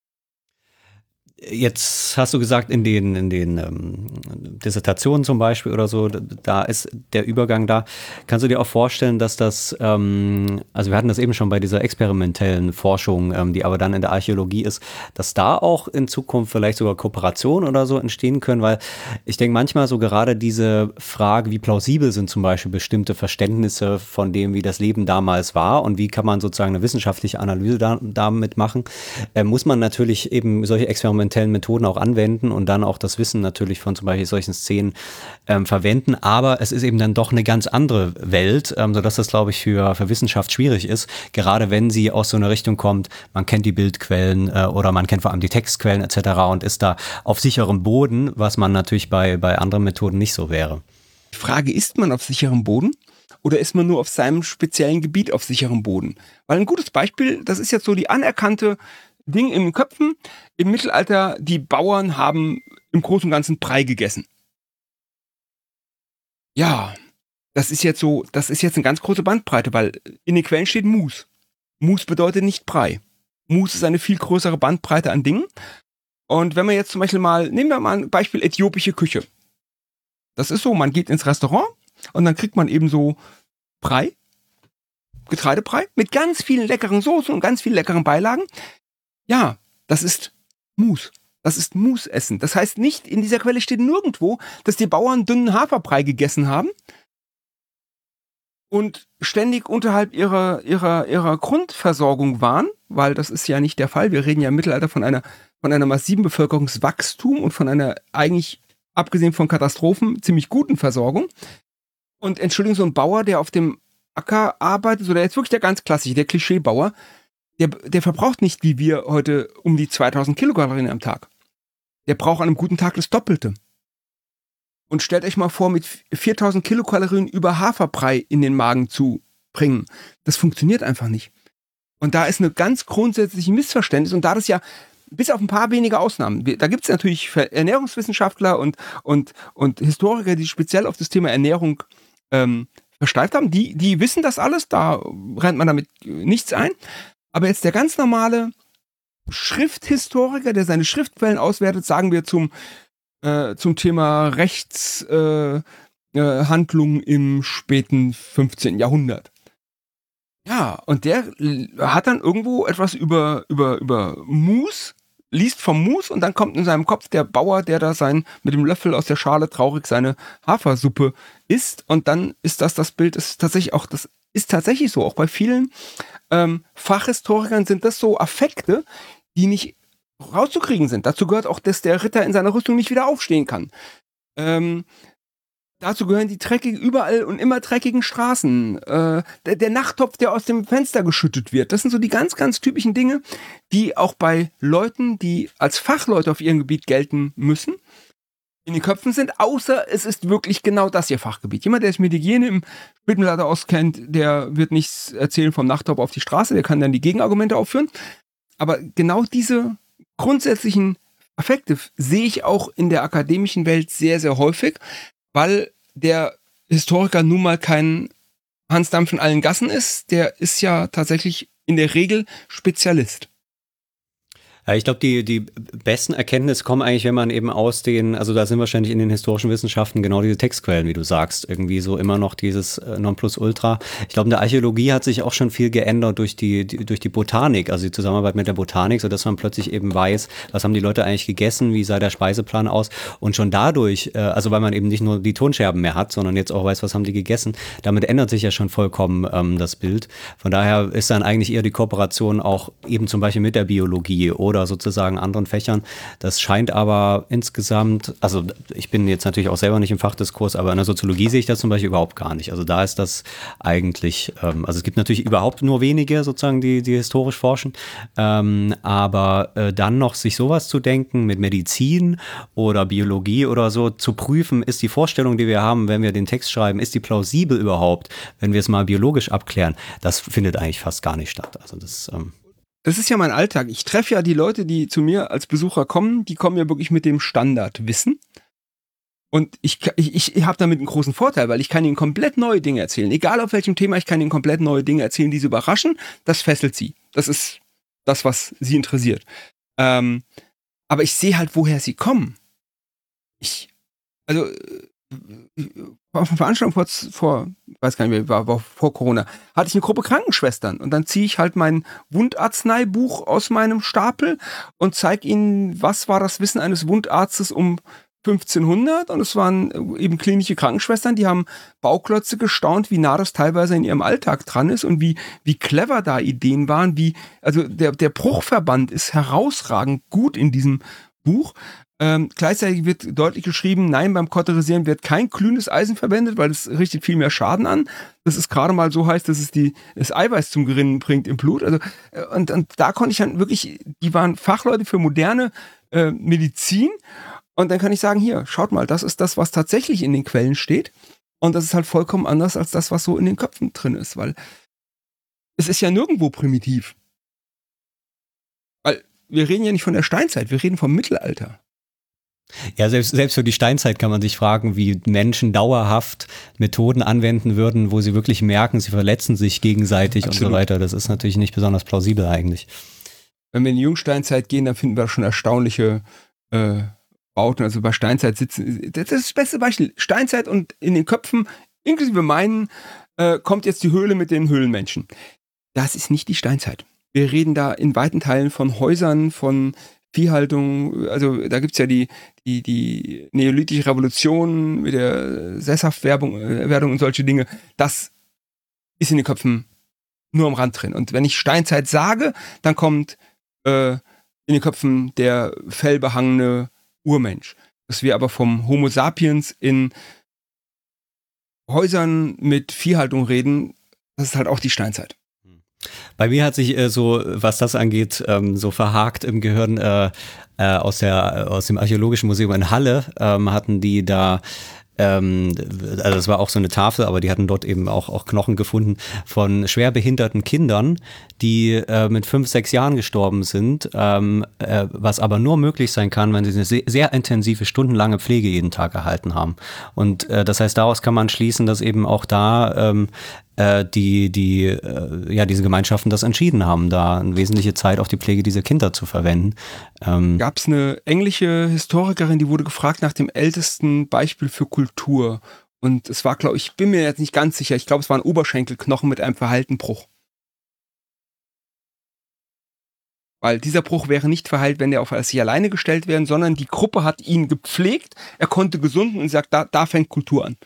Jetzt hast du gesagt, in den Dissertationen zum Beispiel oder so, da ist der Übergang da. Kannst du dir auch vorstellen, dass das, also wir hatten das eben schon bei dieser experimentellen Forschung, die aber dann in der Archäologie ist, dass da auch in Zukunft vielleicht sogar Kooperationen oder so entstehen können, weil ich denke manchmal so gerade diese Frage, wie plausibel sind zum Beispiel bestimmte Verständnisse von dem, wie das Leben damals war und wie kann man sozusagen eine wissenschaftliche Analyse damit machen, muss man natürlich eben solche experimentellen Methoden auch anwenden und dann auch das Wissen natürlich von zum Beispiel solchen Szenen verwenden, aber es ist eben dann doch eine ganz andere Welt, sodass das, glaube ich, für Wissenschaft schwierig ist, gerade wenn sie aus so einer Richtung kommt, man kennt die Bildquellen oder man kennt vor allem die Textquellen etc. und ist da auf sicherem Boden, was man natürlich bei anderen Methoden nicht so wäre. Die Frage, ist man auf sicherem Boden? Oder ist man nur auf seinem speziellen Gebiet auf sicherem Boden? Weil ein gutes Beispiel, das ist jetzt so die anerkannte Ding in den Köpfen. Im Mittelalter, die Bauern haben im Großen und Ganzen Brei gegessen. Ja, das ist jetzt eine ganz große Bandbreite, weil in den Quellen steht Mus. Mus bedeutet nicht Brei. Mus ist eine viel größere Bandbreite an Dingen. Und wenn wir jetzt zum Beispiel nehmen wir mal ein Beispiel äthiopische Küche. Das ist so, man geht ins Restaurant und dann kriegt man eben so Brei, Getreidebrei, mit ganz vielen leckeren Soßen und ganz vielen leckeren Beilagen. Ja, das ist Mus. Das ist Musessen. Das heißt nicht, in dieser Quelle steht nirgendwo, dass die Bauern dünnen Haferbrei gegessen haben und ständig unterhalb ihrer Grundversorgung waren, weil das ist ja nicht der Fall. Wir reden ja im Mittelalter von einer massiven Bevölkerungswachstum und von einer eigentlich, abgesehen von Katastrophen, ziemlich guten Versorgung. Und Entschuldigung, so ein Bauer, der auf dem Acker arbeitet, so der jetzt wirklich der ganz klassische, der Klischeebauer, der verbraucht nicht wie wir heute um die 2000 Kilokalorien am Tag. Der braucht an einem guten Tag das Doppelte. Und stellt euch mal vor, mit 4000 Kilokalorien über Haferbrei in den Magen zu bringen. Das funktioniert einfach nicht. Und da ist eine ganz grundsätzliche Missverständnis. Und da das ja, bis auf ein paar wenige Ausnahmen, da gibt es natürlich Ernährungswissenschaftler und Historiker, die speziell auf das Thema Ernährung versteift haben, die wissen das alles, da rennt man damit nichts ein. Aber jetzt der ganz normale Schrifthistoriker, der seine Schriftquellen auswertet, sagen wir zum Thema Rechtshandlungen im späten 15. Jahrhundert. Ja, und der hat dann irgendwo etwas über Mus liest vom Mus und dann kommt in seinem Kopf der Bauer, der da mit dem Löffel aus der Schale traurig seine Hafersuppe isst und dann ist das Bild, das ist tatsächlich so, auch bei vielen Fachhistorikern sind das so Affekte, die nicht rauszukriegen sind. Dazu gehört auch, dass der Ritter in seiner Rüstung nicht wieder aufstehen kann. Dazu gehören die überall und immer dreckigen Straßen. Der Nachttopf, der aus dem Fenster geschüttet wird. Das sind so die ganz, ganz typischen Dinge, die auch bei Leuten, die als Fachleute auf ihrem Gebiet gelten müssen, in den Köpfen sind, außer es ist wirklich genau das ihr Fachgebiet. Jemand, der sich mit Hygiene im Spätmittelalter auskennt, der wird nichts erzählen vom Nachttopf auf die Straße, der kann dann die Gegenargumente aufführen. Aber genau diese grundsätzlichen Affekte sehe ich auch in der akademischen Welt sehr, sehr häufig, weil der Historiker nun mal kein Hans Dampf in allen Gassen ist. Der ist ja tatsächlich in der Regel Spezialist. Ja, ich glaube, die besten Erkenntnisse kommen eigentlich, wenn man eben also da sind wahrscheinlich in den historischen Wissenschaften genau diese Textquellen, wie du sagst, irgendwie so immer noch dieses Nonplusultra. Ich glaube, in der Archäologie hat sich auch schon viel geändert durch die Botanik, also die Zusammenarbeit mit der Botanik, sodass man plötzlich eben weiß, was haben die Leute eigentlich gegessen, wie sah der Speiseplan aus und schon dadurch, also weil man eben nicht nur die Tonscherben mehr hat, sondern jetzt auch weiß, was haben die gegessen, damit ändert sich ja schon vollkommen das Bild. Von daher ist dann eigentlich eher die Kooperation auch eben zum Beispiel mit der Biologie oder sozusagen anderen Fächern. Das scheint aber insgesamt, also ich bin jetzt natürlich auch selber nicht im Fachdiskurs, aber in der Soziologie sehe ich das zum Beispiel überhaupt gar nicht. Also da ist das eigentlich, also es gibt natürlich überhaupt nur wenige sozusagen, die historisch forschen, aber dann noch sich sowas zu denken mit Medizin oder Biologie oder so zu prüfen, ist die Vorstellung, die wir haben, wenn wir den Text schreiben, ist die plausibel überhaupt, wenn wir es mal biologisch abklären, das findet eigentlich fast gar nicht statt. Also das ist ja mein Alltag. Ich treffe ja die Leute, die zu mir als Besucher kommen, die kommen ja wirklich mit dem Standardwissen. Und ich habe damit einen großen Vorteil, weil ich kann ihnen komplett neue Dinge erzählen. Egal auf welchem Thema, ich kann ihnen komplett neue Dinge erzählen, die sie überraschen. Das fesselt sie. Das ist das, was sie interessiert. Aber ich sehe halt, woher sie kommen. Auf einer Veranstaltung vor weiß gar nicht mehr, war vor Corona, hatte ich eine Gruppe Krankenschwestern und dann ziehe ich halt mein Wundarzneibuch aus meinem Stapel und zeige ihnen, was war das Wissen eines Wundarztes um 1500 und es waren eben klinische Krankenschwestern, die haben Bauklötze gestaunt, wie nah das teilweise in ihrem Alltag dran ist und wie clever da Ideen waren, also der Bruchverband ist herausragend gut in diesem Buch. Gleichzeitig wird deutlich geschrieben, nein, beim Kauterisieren wird kein glühendes Eisen verwendet, weil es richtet viel mehr Schaden an. Das ist gerade mal so heiß, dass es das Eiweiß zum Gerinnen bringt im Blut. Also, und da konnte ich dann wirklich, die waren Fachleute für moderne Medizin. Und dann kann ich sagen, hier, schaut mal, das ist das, was tatsächlich in den Quellen steht. Und das ist halt vollkommen anders als das, was so in den Köpfen drin ist, weil es ist ja nirgendwo primitiv. Weil wir reden ja nicht von der Steinzeit, wir reden vom Mittelalter. Ja, selbst für die Steinzeit kann man sich fragen, wie Menschen dauerhaft Methoden anwenden würden, wo sie wirklich merken, sie verletzen sich gegenseitig. Absolut. Und so weiter. Das ist natürlich nicht besonders plausibel eigentlich. Wenn wir in die Jungsteinzeit gehen, dann finden wir schon erstaunliche Bauten. Also bei Steinzeit sitzen, das ist das beste Beispiel. Steinzeit und in den Köpfen, inklusive meinen, kommt jetzt die Höhle mit den Höhlenmenschen. Das ist nicht die Steinzeit. Wir reden da in weiten Teilen von Häusern, von Viehhaltung, also da gibt es ja die neolithische Revolution mit der Sesshaftwerdung und solche Dinge. Das ist in den Köpfen nur am Rand drin. Und wenn ich Steinzeit sage, dann kommt in den Köpfen der fellbehangene Urmensch. Dass wir aber vom Homo sapiens in Häusern mit Viehhaltung reden, das ist halt auch die Steinzeit. Bei mir hat sich so, was das angeht, so verhakt im Gehirn aus dem Archäologischen Museum in Halle hatten die da, also das war auch so eine Tafel, aber die hatten dort eben auch Knochen gefunden von schwer behinderten Kindern, die mit 5, 6 Jahren gestorben sind, was aber nur möglich sein kann, wenn sie eine sehr intensive, stundenlange Pflege jeden Tag erhalten haben. Und das heißt, daraus kann man schließen, dass eben auch da diese Gemeinschaften das entschieden haben, da eine wesentliche Zeit auf die Pflege dieser Kinder zu verwenden. Gab es eine englische Historikerin, die wurde gefragt nach dem ältesten Beispiel für Kultur. Und es war, glaube ich, bin mir jetzt nicht ganz sicher, ich glaube, es waren Oberschenkelknochen mit einem verheilten Bruch. Weil dieser Bruch wäre nicht verheilt, wenn der auf sich alleine gestellt wäre, sondern die Gruppe hat ihn gepflegt, er konnte gesunden und sagt, da fängt Kultur an.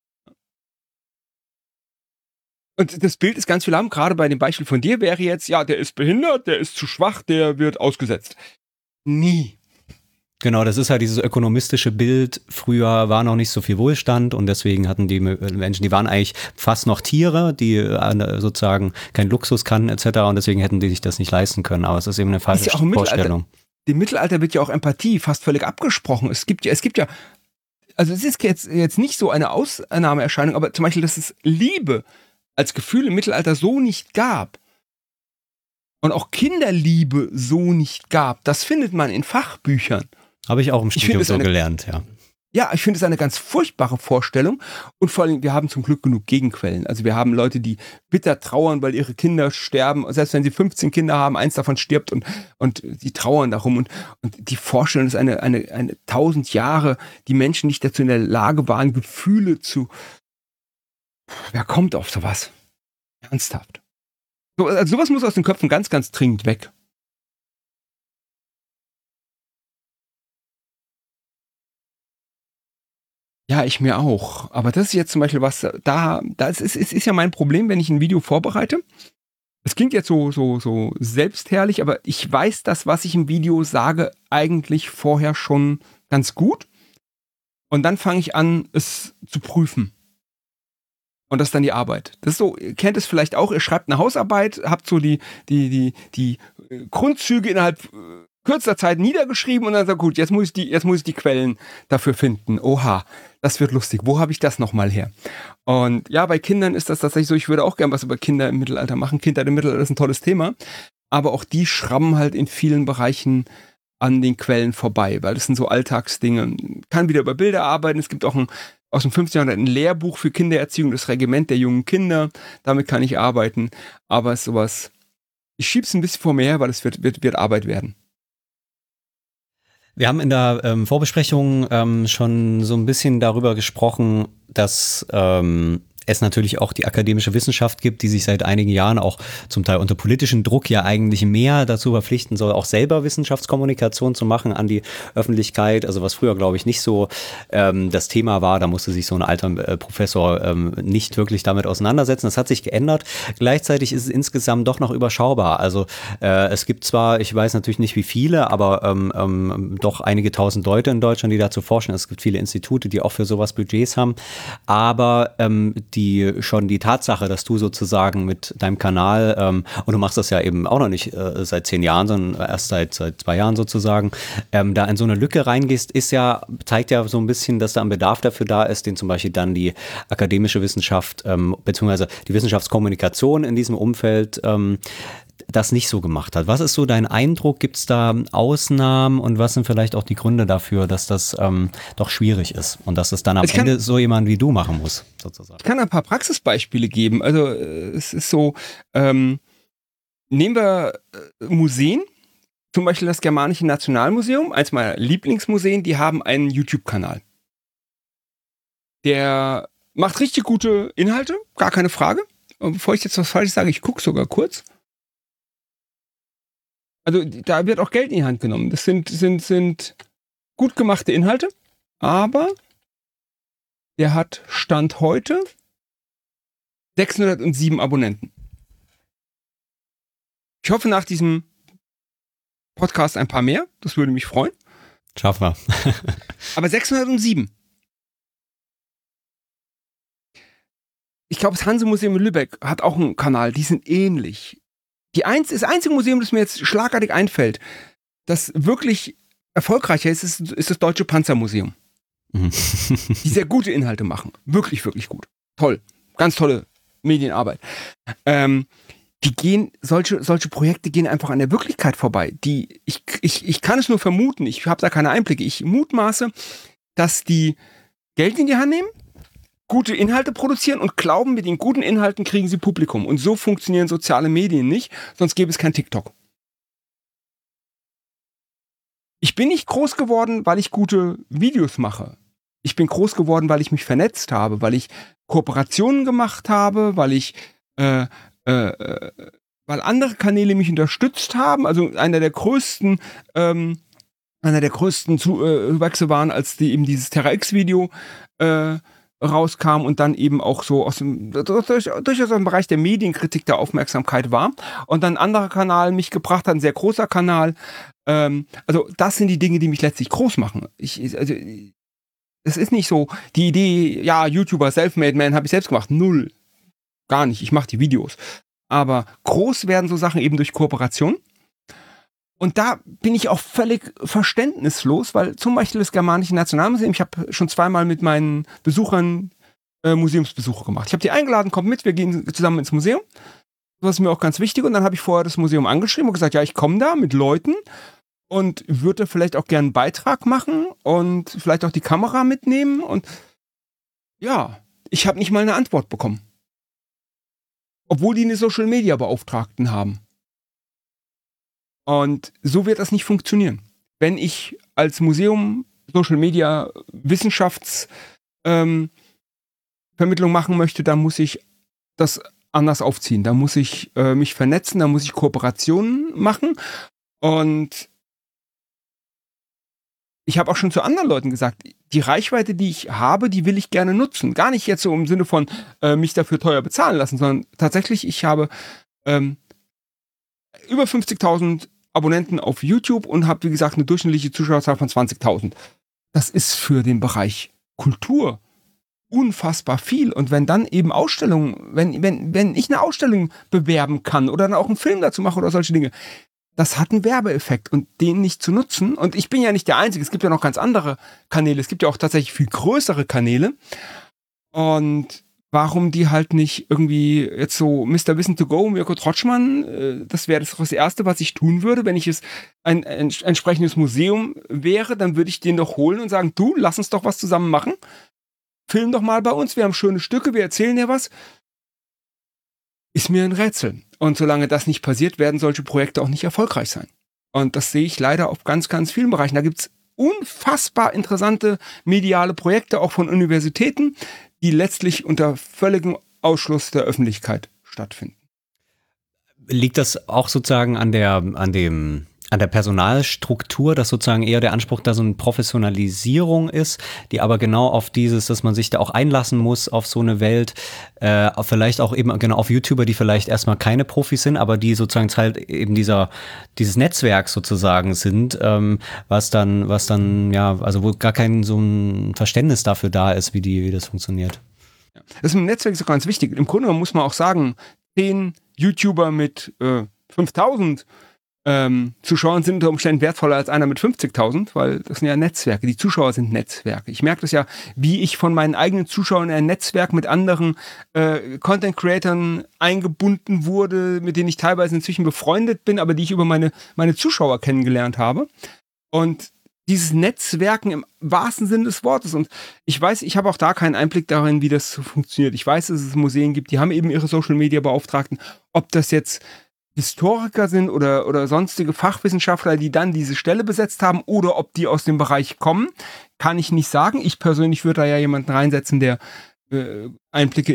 Und das Bild ist ganz viel haben, gerade bei dem Beispiel von dir wäre jetzt, ja, der ist behindert, der ist zu schwach, der wird ausgesetzt. Nie. Genau, das ist halt dieses ökonomistische Bild. Früher war noch nicht so viel Wohlstand und deswegen hatten die Menschen, die waren eigentlich fast noch Tiere, die sozusagen keinen Luxus kannten etc. und deswegen hätten die sich das nicht leisten können. Aber es ist eben eine falsche Vorstellung. Im Mittelalter wird ja auch Empathie fast völlig abgesprochen. Es gibt ja, also es ist jetzt nicht so eine Ausnahmeerscheinung, aber zum Beispiel, dass es Liebe als Gefühl im Mittelalter so nicht gab und auch Kinderliebe so nicht gab, das findet man in Fachbüchern. Habe ich auch im Studium so gelernt, ja. Ja, ich finde es eine ganz furchtbare Vorstellung und vor allem, wir haben zum Glück genug Gegenquellen. Also wir haben Leute, die bitter trauern, weil ihre Kinder sterben, selbst wenn sie 15 Kinder haben, eins davon stirbt und die trauern darum und die Vorstellung ist eine 1000 Jahre, die Menschen nicht dazu in der Lage waren, Gefühle zu... Wer kommt auf sowas? Ernsthaft. Also sowas muss aus den Köpfen ganz, ganz dringend weg. Ja, ich mir auch. Aber das ist jetzt zum Beispiel was, es ist ja mein Problem, wenn ich ein Video vorbereite. Es klingt jetzt so selbstherrlich, aber ich weiß das, was ich im Video sage, eigentlich vorher schon ganz gut. Und dann fange ich an, es zu prüfen. Und das ist dann die Arbeit. Das ist so, ihr kennt es vielleicht auch, ihr schreibt eine Hausarbeit, habt so die Grundzüge innerhalb kürzester Zeit niedergeschrieben und dann sagt, gut, jetzt muss ich die Quellen dafür finden. Oha, das wird lustig. Wo habe ich das nochmal her? Und ja, bei Kindern ist das tatsächlich so, ich würde auch gern was über Kinder im Mittelalter machen. Kindheit im Mittelalter ist ein tolles Thema. Aber auch die schrammen halt in vielen Bereichen an den Quellen vorbei, weil das sind so Alltagsdinge. Man kann wieder über Bilder arbeiten. Es gibt auch aus dem 15. Jahrhundert ein Lehrbuch für Kindererziehung, das Regiment der jungen Kinder. Damit kann ich arbeiten. Aber es ist sowas, ich schieb's ein bisschen vor mir her, weil es wird Arbeit werden. Wir haben in der Vorbesprechung schon so ein bisschen darüber gesprochen, dass es natürlich auch die akademische Wissenschaft gibt, die sich seit einigen Jahren auch zum Teil unter politischem Druck ja eigentlich mehr dazu verpflichten soll, auch selber Wissenschaftskommunikation zu machen an die Öffentlichkeit. Also was früher, glaube ich, nicht so das Thema war, da musste sich so ein alter Professor nicht wirklich damit auseinandersetzen. Das hat sich geändert. Gleichzeitig ist es insgesamt doch noch überschaubar. Also es gibt zwar, ich weiß natürlich nicht wie viele, aber doch einige tausend Leute in Deutschland, die dazu forschen. Es gibt viele Institute, die auch für sowas Budgets haben. Aber die Tatsache, dass du sozusagen mit deinem Kanal, und du machst das ja eben auch noch nicht seit 10 Jahren, sondern erst seit 2 Jahren sozusagen, da in so eine Lücke reingehst, zeigt ja so ein bisschen, dass da ein Bedarf dafür da ist, den zum Beispiel dann die akademische Wissenschaft, beziehungsweise die Wissenschaftskommunikation in diesem Umfeld, das nicht so gemacht hat. Was ist so dein Eindruck? Gibt es da Ausnahmen und was sind vielleicht auch die Gründe dafür, dass das doch schwierig ist und dass es dann am Ende so jemand wie du machen muss, sozusagen? Ich kann ein paar Praxisbeispiele geben. Also es ist so, nehmen wir Museen, zum Beispiel das Germanische Nationalmuseum, eins meiner Lieblingsmuseen, die haben einen YouTube-Kanal. Der macht richtig gute Inhalte, gar keine Frage. Und bevor ich jetzt was Falsches sage, ich gucke sogar kurz. Also da wird auch Geld in die Hand genommen. Das sind gut gemachte Inhalte, aber der hat Stand heute 607 Abonnenten. Ich hoffe nach diesem Podcast ein paar mehr. Das würde mich freuen. Schaffen wir. Aber 607. Ich glaube, das Hanse-Museum in Lübeck hat auch einen Kanal. Die sind ähnlich. Das einzige Museum, das mir jetzt schlagartig einfällt, das wirklich erfolgreicher ist das Deutsche Panzermuseum. Die sehr gute Inhalte machen. Wirklich, wirklich gut. Toll. Ganz tolle Medienarbeit. Solche Projekte gehen einfach an der Wirklichkeit vorbei. Ich kann es nur vermuten, ich habe da keine Einblicke. Ich mutmaße, dass die Geld in die Hand nehmen, gute Inhalte produzieren und glauben, mit den guten Inhalten kriegen sie Publikum. Und so funktionieren soziale Medien nicht, sonst gäbe es kein TikTok. Ich bin nicht groß geworden, weil ich gute Videos mache. Ich bin groß geworden, weil ich mich vernetzt habe, weil ich Kooperationen gemacht habe, weil ich weil andere Kanäle mich unterstützt haben. Also einer der größten Zuwächse waren, als die eben dieses Terra X-Video rauskam und dann eben auch so durchaus aus dem Bereich der Medienkritik der Aufmerksamkeit war. Und dann ein anderer Kanal mich gebracht hat, ein sehr großer Kanal. Also das sind die Dinge, die mich letztlich groß machen. Es ist nicht so die Idee, ja, YouTuber, Selfmade Man, habe ich selbst gemacht. Null. Gar nicht. Ich mache die Videos. Aber groß werden so Sachen eben durch Kooperation. Und da bin ich auch völlig verständnislos, weil zum Beispiel das Germanische Nationalmuseum, ich habe schon zweimal mit meinen Besuchern Museumsbesuche gemacht. Ich habe die eingeladen, kommt mit, wir gehen zusammen ins Museum. Das ist mir auch ganz wichtig. Und dann habe ich vorher das Museum angeschrieben und gesagt, ja, ich komme da mit Leuten und würde vielleicht auch gerne einen Beitrag machen und vielleicht auch die Kamera mitnehmen. Und ja, ich habe nicht mal eine Antwort bekommen. Obwohl die eine Social-Media-Beauftragten haben. Und so wird das nicht funktionieren. Wenn ich als Museum Social-Media Wissenschaftsvermittlung machen möchte, dann muss ich das anders aufziehen. Da muss ich mich vernetzen, da muss ich Kooperationen machen. Und ich habe auch schon zu anderen Leuten gesagt, die Reichweite, die ich habe, die will ich gerne nutzen. Gar nicht jetzt so im Sinne von mich dafür teuer bezahlen lassen, sondern tatsächlich, ich habe über 50.000 Abonnenten auf YouTube und habe, wie gesagt, eine durchschnittliche Zuschauerzahl von 20.000. Das ist für den Bereich Kultur unfassbar viel. Und wenn dann eben Ausstellungen, wenn ich eine Ausstellung bewerben kann oder dann auch einen Film dazu mache oder solche Dinge, das hat einen Werbeeffekt und den nicht zu nutzen. Und ich bin ja nicht der Einzige, es gibt ja noch ganz andere Kanäle, es gibt ja auch tatsächlich viel größere Kanäle. Und warum die halt nicht irgendwie jetzt so Mr. Wissen to go, Mirko Trotschmann, das wäre das Erste, was ich tun würde, wenn ich es ein entsprechendes Museum wäre, dann würde ich den doch holen und sagen, du, lass uns doch was zusammen machen. Film doch mal bei uns, wir haben schöne Stücke, wir erzählen dir was. Ist mir ein Rätsel. Und solange das nicht passiert, werden solche Projekte auch nicht erfolgreich sein. Und das sehe ich leider auf ganz, ganz vielen Bereichen. Da gibt es unfassbar interessante mediale Projekte, auch von Universitäten, die letztlich unter völligem Ausschluss der Öffentlichkeit stattfinden. Liegt das auch sozusagen an der Personalstruktur, dass sozusagen eher der Anspruch da so eine Professionalisierung ist, die aber genau auf dieses, dass man sich da auch einlassen muss auf so eine Welt, vielleicht auch eben genau auf YouTuber, die vielleicht erstmal keine Profis sind, aber die sozusagen halt eben dieses Netzwerk sozusagen sind, was dann ja, also wo gar kein so ein Verständnis dafür da ist, wie das funktioniert. Ja. Das mit dem Netzwerk ist auch ganz wichtig. Im Grunde muss man auch sagen, 10 YouTuber mit 5.000 Zuschauern sind unter Umständen wertvoller als einer mit 50.000, weil das sind ja Netzwerke. Die Zuschauer sind Netzwerke. Ich merke das ja, wie ich von meinen eigenen Zuschauern in ein Netzwerk mit anderen Content-Creatern eingebunden wurde, mit denen ich teilweise inzwischen befreundet bin, aber die ich über meine Zuschauer kennengelernt habe. Und dieses Netzwerken im wahrsten Sinne des Wortes. Und ich weiß, ich habe auch da keinen Einblick darin, wie das funktioniert. Ich weiß, dass es Museen gibt, die haben eben ihre Social-Media-Beauftragten. Ob das jetzt Historiker sind oder sonstige Fachwissenschaftler, die dann diese Stelle besetzt haben, oder ob die aus dem Bereich kommen, kann ich nicht sagen. Ich persönlich würde da ja jemanden reinsetzen, der Einblicke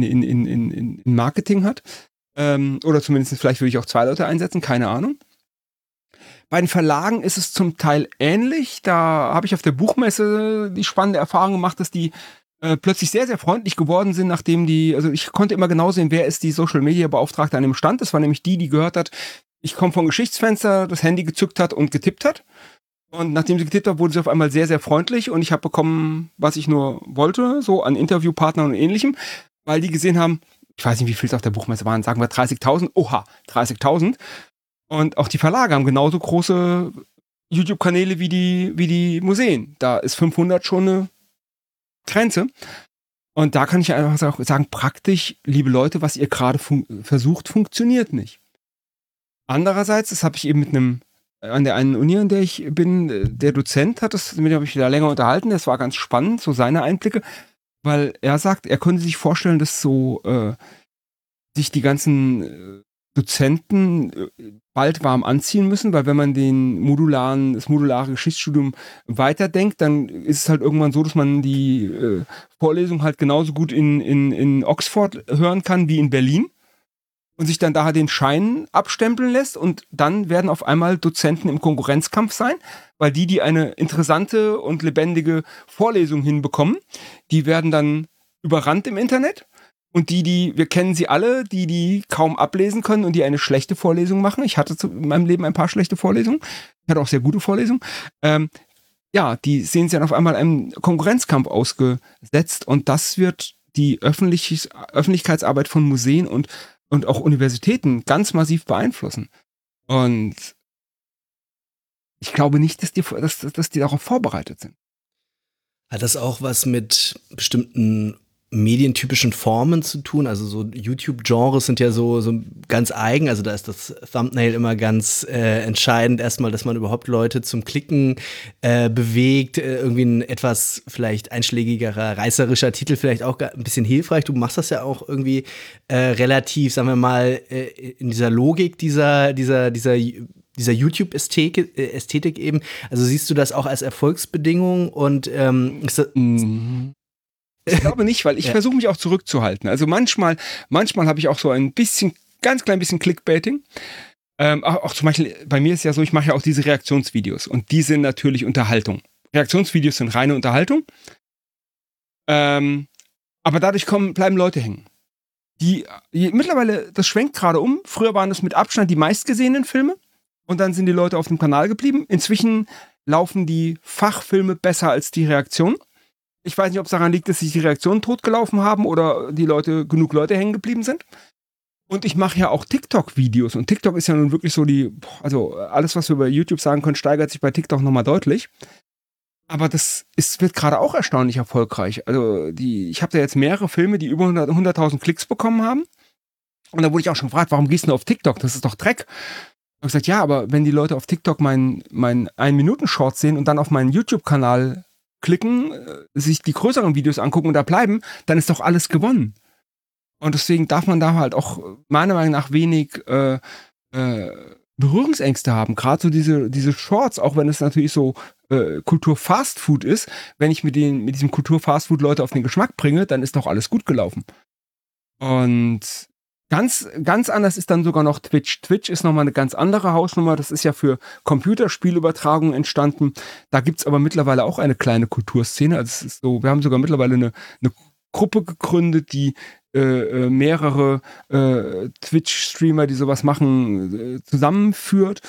in Marketing hat. Oder zumindest vielleicht würde ich auch 2 Leute einsetzen, keine Ahnung. Bei den Verlagen ist es zum Teil ähnlich. Da habe ich auf der Buchmesse die spannende Erfahrung gemacht, dass die plötzlich sehr, sehr freundlich geworden sind, nachdem also ich konnte immer genau sehen, wer ist die Social-Media-Beauftragte an dem Stand. Das war nämlich die gehört hat, ich komme vom Geschichtsfenster, das Handy gezückt hat und getippt hat. Und nachdem sie getippt hat, wurde sie auf einmal sehr, sehr freundlich und ich habe bekommen, was ich nur wollte, so an Interviewpartnern und Ähnlichem, weil die gesehen haben, ich weiß nicht, wie viel es auf der Buchmesse waren, sagen wir 30.000, oha, 30.000. Und auch die Verlage haben genauso große YouTube-Kanäle wie die Museen. Da ist 500 schon eine Grenze. Und da kann ich einfach sagen, praktisch, liebe Leute, was ihr gerade versucht, funktioniert nicht. Andererseits, das habe ich eben an der einen Uni, an der ich bin, der Dozent mit dem habe ich da länger unterhalten, das war ganz spannend, so seine Einblicke, weil er sagt, er könnte sich vorstellen, dass so sich die ganzen Dozenten bald warm anziehen müssen, weil wenn man das modulare Geschichtsstudium weiterdenkt, dann ist es halt irgendwann so, dass man die Vorlesung halt genauso gut in Oxford hören kann wie in Berlin. und sich dann daher den Schein abstempeln lässt und dann werden auf einmal Dozenten im Konkurrenzkampf sein, weil die eine interessante und lebendige Vorlesung hinbekommen, die werden dann überrannt im Internet und wir kennen sie alle, die kaum ablesen können und die eine schlechte Vorlesung machen. Ich hatte in meinem Leben ein paar schlechte Vorlesungen, ich hatte auch sehr gute Vorlesungen, die sehen sich dann auf einmal einem Konkurrenzkampf ausgesetzt und das wird die Öffentlichkeitsarbeit von Museen und auch Universitäten ganz massiv beeinflussen. Und ich glaube nicht, dass die darauf vorbereitet sind. Hat das auch was mit bestimmten medientypischen Formen zu tun? Also so YouTube-Genres sind ja so ganz eigen. Also da ist das Thumbnail immer ganz entscheidend. Erstmal, dass man überhaupt Leute zum Klicken bewegt. Irgendwie ein etwas vielleicht einschlägigerer, reißerischer Titel vielleicht auch ein bisschen hilfreich. Du machst das ja auch irgendwie relativ, sagen wir mal, in dieser Logik dieser YouTube-Ästhetik eben. Also siehst du das auch als Erfolgsbedingung und ist das Ich glaube nicht, weil ich versuche mich auch zurückzuhalten. Also manchmal habe ich auch so ein bisschen, ganz klein bisschen Clickbaiting. Auch zum Beispiel, bei mir ist ja so, ich mache ja auch diese Reaktionsvideos und die sind natürlich Unterhaltung. Reaktionsvideos sind reine Unterhaltung. Aber dadurch bleiben Leute hängen. Mittlerweile, das schwenkt gerade um. Früher waren das mit Abstand die meistgesehenen Filme und dann sind die Leute auf dem Kanal geblieben. Inzwischen laufen die Fachfilme besser als die Reaktionen. Ich weiß nicht, ob es daran liegt, dass sich die Reaktionen totgelaufen haben oder genug Leute hängen geblieben sind. Und ich mache ja auch TikTok-Videos. Und TikTok ist ja nun wirklich so also alles, was wir über YouTube sagen können, steigert sich bei TikTok nochmal deutlich. Aber wird gerade auch erstaunlich erfolgreich. Also ich habe da jetzt mehrere Filme, die über 100.000 Klicks bekommen haben. Und da wurde ich auch schon gefragt, warum gehst du auf TikTok? Das ist doch Dreck. Ich habe gesagt, ja, aber wenn die Leute auf TikTok meinen 1-Minuten-Short sehen und dann auf meinen YouTube-Kanal klicken, sich die größeren Videos angucken und da bleiben, dann ist doch alles gewonnen. Und deswegen darf man da halt auch meiner Meinung nach wenig Berührungsängste haben. Gerade so diese Shorts, auch wenn es natürlich so Kultur-Fast-Food ist, wenn ich mit diesem Kultur-Fast-Food Leute auf den Geschmack bringe, dann ist doch alles gut gelaufen. Und ganz, ganz anders ist dann sogar noch Twitch. Twitch ist nochmal eine ganz andere Hausnummer. Das ist ja für Computerspielübertragungen entstanden. Da gibt es aber mittlerweile auch eine kleine Kulturszene. Also es ist so, wir haben sogar mittlerweile eine Gruppe gegründet, die mehrere Twitch-Streamer, die sowas machen, zusammenführt.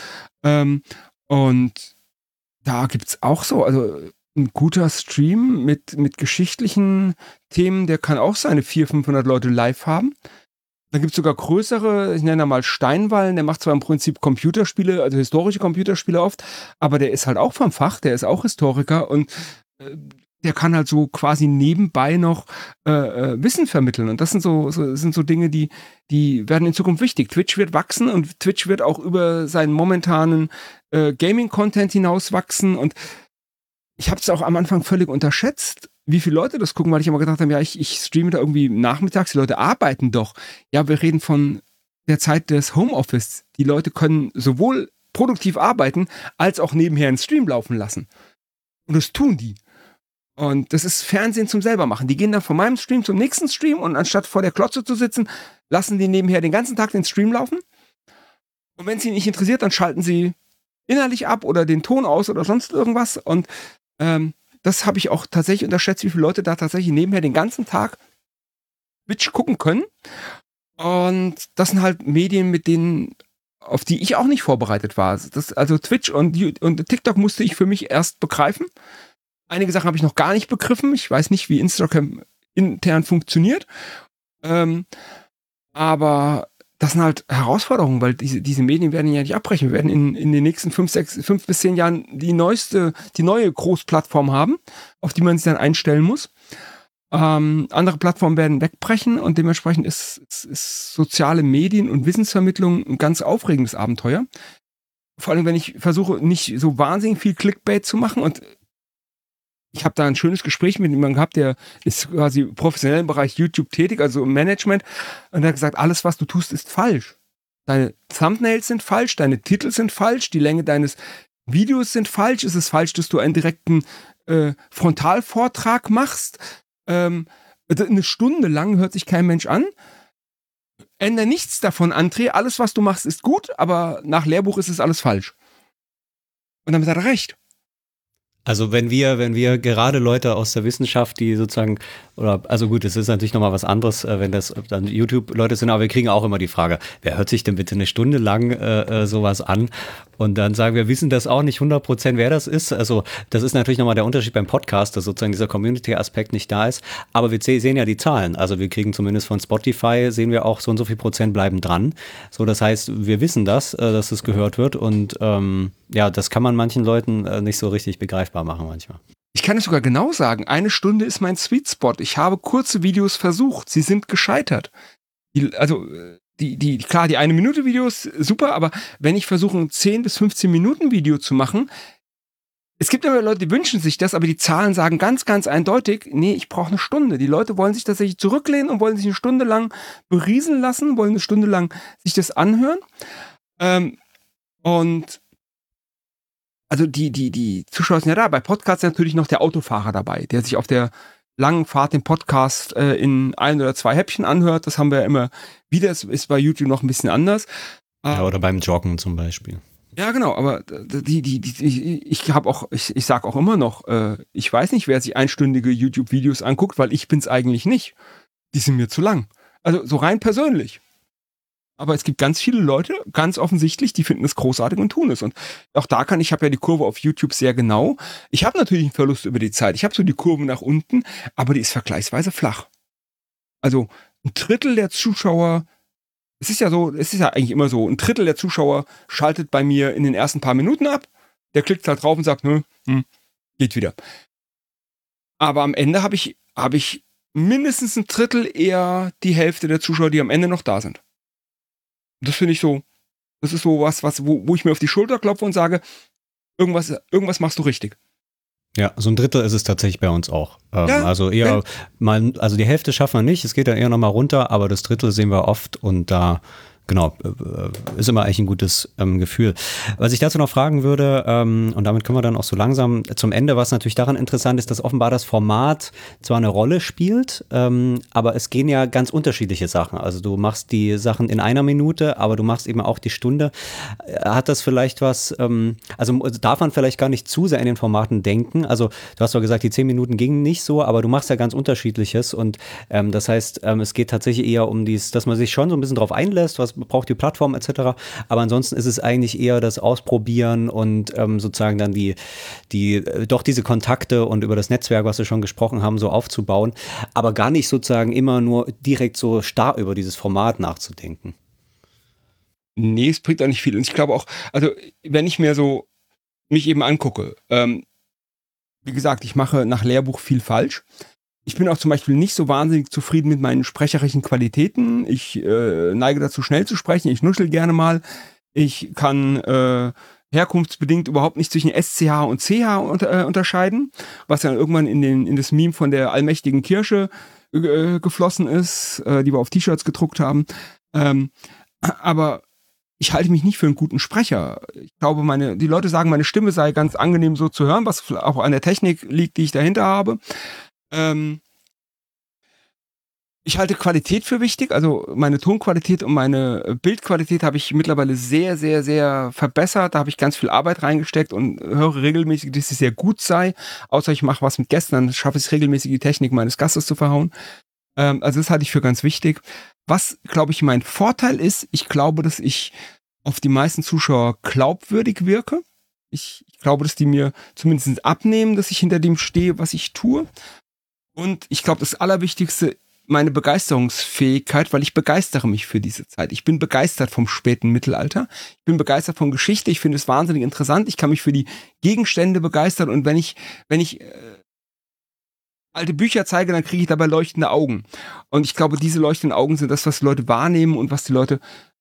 Und da gibt es auch so, also ein guter Stream mit geschichtlichen Themen, der kann auch seine 400-500 Leute live haben. Dann gibt es sogar größere, ich nenne mal Steinwallen, der macht zwar im Prinzip Computerspiele, also historische Computerspiele oft, aber der ist halt auch vom Fach, der ist auch Historiker und der kann halt so quasi nebenbei noch Wissen vermitteln. Und das sind so Dinge, die werden in Zukunft wichtig. Twitch wird wachsen und Twitch wird auch über seinen momentanen Gaming-Content hinaus wachsen. Und ich habe es auch am Anfang völlig unterschätzt, wie viele Leute das gucken, weil ich immer gedacht habe, ja, ich streame da irgendwie nachmittags, die Leute arbeiten doch. Ja, wir reden von der Zeit des Homeoffice. Die Leute können sowohl produktiv arbeiten, als auch nebenher einen Stream laufen lassen. Und das tun die. Und das ist Fernsehen zum selbermachen. Die gehen dann von meinem Stream zum nächsten Stream und anstatt vor der Klotze zu sitzen, lassen die nebenher den ganzen Tag den Stream laufen. Und wenn es sie nicht interessiert, dann schalten sie innerlich ab oder den Ton aus oder sonst irgendwas. Und das habe ich auch tatsächlich unterschätzt, wie viele Leute da tatsächlich nebenher den ganzen Tag Twitch gucken können. Und das sind halt Medien, auf die ich auch nicht vorbereitet war. Also Twitch und TikTok musste ich für mich erst begreifen. Einige Sachen habe ich noch gar nicht begriffen. Ich weiß nicht, wie Instagram intern funktioniert. Aber das sind halt Herausforderungen, weil diese Medien werden ja nicht abbrechen. Wir werden in den nächsten 5 bis 10 Jahren die neue Großplattform haben, auf die man sich dann einstellen muss. Andere Plattformen werden wegbrechen und dementsprechend ist soziale Medien und Wissensvermittlung ein ganz aufregendes Abenteuer. Vor allem, wenn ich versuche, nicht so wahnsinnig viel Clickbait zu machen. Und ich habe da ein schönes Gespräch mit jemandem gehabt, der ist quasi professionell im Bereich YouTube tätig, also im Management. Und er hat gesagt, alles, was du tust, ist falsch. Deine Thumbnails sind falsch, deine Titel sind falsch, die Länge deines Videos sind falsch. Es ist falsch, dass du einen direkten Frontalvortrag machst. Eine Stunde lang hört sich kein Mensch an. ändere nichts davon, André. Alles, was du machst, ist gut, aber nach Lehrbuch ist es alles falsch. Und damit hat er recht. Also wenn wir gerade Leute aus der Wissenschaft, die sozusagen, also gut, es ist natürlich nochmal was anderes, wenn das dann YouTube-Leute sind, aber wir kriegen auch immer die Frage, wer hört sich denn bitte eine Stunde lang sowas an? Und dann sagen wir wissen das auch nicht 100%, wer das ist. Also das ist natürlich nochmal der Unterschied beim Podcast, dass sozusagen dieser Community-Aspekt nicht da ist. Aber wir sehen ja die Zahlen. Also wir kriegen zumindest von Spotify, sehen wir auch so und so viel Prozent bleiben dran. So, das heißt, wir wissen das, dass es gehört wird. Und ja, das kann man manchen Leuten nicht so richtig begreifbar machen manchmal. Ich kann es sogar genau sagen, 1 Stunde ist mein Sweet Spot. Ich habe kurze Videos versucht, sie sind gescheitert. Klar, die 1-Minute-Videos, super, aber wenn ich versuche, ein 10 bis 15 Minuten Video zu machen, es gibt immer Leute, die wünschen sich das, aber die Zahlen sagen ganz, ganz eindeutig, nee, ich brauche eine Stunde. Die Leute wollen sich tatsächlich zurücklehnen und wollen sich eine Stunde lang berieseln lassen, wollen eine Stunde lang sich das anhören. Und also die Zuschauer sind ja da. Bei Podcasts ist natürlich noch der Autofahrer dabei, der sich auf der langen Fahrt den Podcast in 1 oder 2 Häppchen anhört. Das haben wir ja immer wieder. Das ist bei YouTube noch ein bisschen anders. Ja, oder beim Joggen zum Beispiel. Ja, genau. Aber ich sage auch immer noch, ich weiß nicht, wer sich einstündige YouTube-Videos anguckt, weil ich bin's eigentlich nicht. Die sind mir zu lang. Also so rein persönlich. Aber es gibt ganz viele Leute, ganz offensichtlich, die finden es großartig und tun es. Und auch da ich habe ja die Kurve auf YouTube sehr genau. Ich habe natürlich einen Verlust über die Zeit. Ich habe so die Kurve nach unten, aber die ist vergleichsweise flach. Also 1/3 der Zuschauer, es ist ja eigentlich immer so, 1/3 der Zuschauer schaltet bei mir in den ersten paar Minuten ab. Der klickt halt drauf und sagt, geht wieder. Aber am Ende habe ich mindestens 1/3 eher die Hälfte der Zuschauer, die am Ende noch da sind. Das finde ich so, das ist so was wo ich mir auf die Schulter klopfe und sage, irgendwas machst du richtig. Ja, so 1/3 ist es tatsächlich bei uns auch. Ja, also eher also die Hälfte schaffen wir nicht, es geht dann eher nochmal runter, aber das 1/3 sehen wir oft und da genau, ist immer eigentlich ein gutes Gefühl. Was ich dazu noch fragen würde, und damit kommen wir dann auch so langsam zum Ende, was natürlich daran interessant ist, dass offenbar das Format zwar eine Rolle spielt, aber es gehen ja ganz unterschiedliche Sachen. Also du machst die Sachen in 1 Minute, aber du machst eben auch die Stunde. Hat das vielleicht was, also darf man vielleicht gar nicht zu sehr in den Formaten denken? Also du hast zwar gesagt, die 10 Minuten gingen nicht so, aber du machst ja ganz Unterschiedliches und das heißt, es geht tatsächlich eher um dass man sich schon so ein bisschen drauf einlässt, was braucht die Plattform etc. Aber ansonsten ist es eigentlich eher das Ausprobieren und sozusagen dann doch diese Kontakte und über das Netzwerk, was wir schon gesprochen haben, so aufzubauen, aber gar nicht sozusagen immer nur direkt so starr über dieses Format nachzudenken. Nee, es bringt auch nicht viel. Und ich glaube auch, also wenn ich mir so mich eben angucke, wie gesagt, ich mache nach Lehrbuch viel falsch. Ich bin auch zum Beispiel nicht so wahnsinnig zufrieden mit meinen sprecherischen Qualitäten. Ich neige dazu, schnell zu sprechen. Ich nuschel gerne mal. Ich kann herkunftsbedingt überhaupt nicht zwischen SCH und CH unterscheiden, was ja irgendwann in das Meme von der allmächtigen Kirsche geflossen ist, die wir auf T-Shirts gedruckt haben. Aber ich halte mich nicht für einen guten Sprecher. Ich glaube, die Leute sagen, meine Stimme sei ganz angenehm so zu hören, was auch an der Technik liegt, die ich dahinter habe. Ich halte Qualität für wichtig, also meine Tonqualität und meine Bildqualität habe ich mittlerweile sehr, sehr, sehr verbessert. Da habe ich ganz viel Arbeit reingesteckt und höre regelmäßig, dass sie sehr gut sei. Außer ich mache was mit Gästen, dann schaffe ich es regelmäßig, die Technik meines Gastes zu verhauen. Also das halte ich für ganz wichtig. Was, glaube ich, mein Vorteil ist, ich glaube, dass ich auf die meisten Zuschauer glaubwürdig wirke. Ich glaube, dass die mir zumindest abnehmen, dass ich hinter dem stehe, was ich tue. Und ich glaube, das Allerwichtigste, meine Begeisterungsfähigkeit, weil ich begeistere mich für diese Zeit. Ich bin begeistert vom späten Mittelalter. Ich bin begeistert von Geschichte. Ich finde es wahnsinnig interessant. Ich kann mich für die Gegenstände begeistern. Und wenn ich alte Bücher zeige, dann kriege ich dabei leuchtende Augen. Und ich glaube, diese leuchtenden Augen sind das, was die Leute wahrnehmen und was die Leute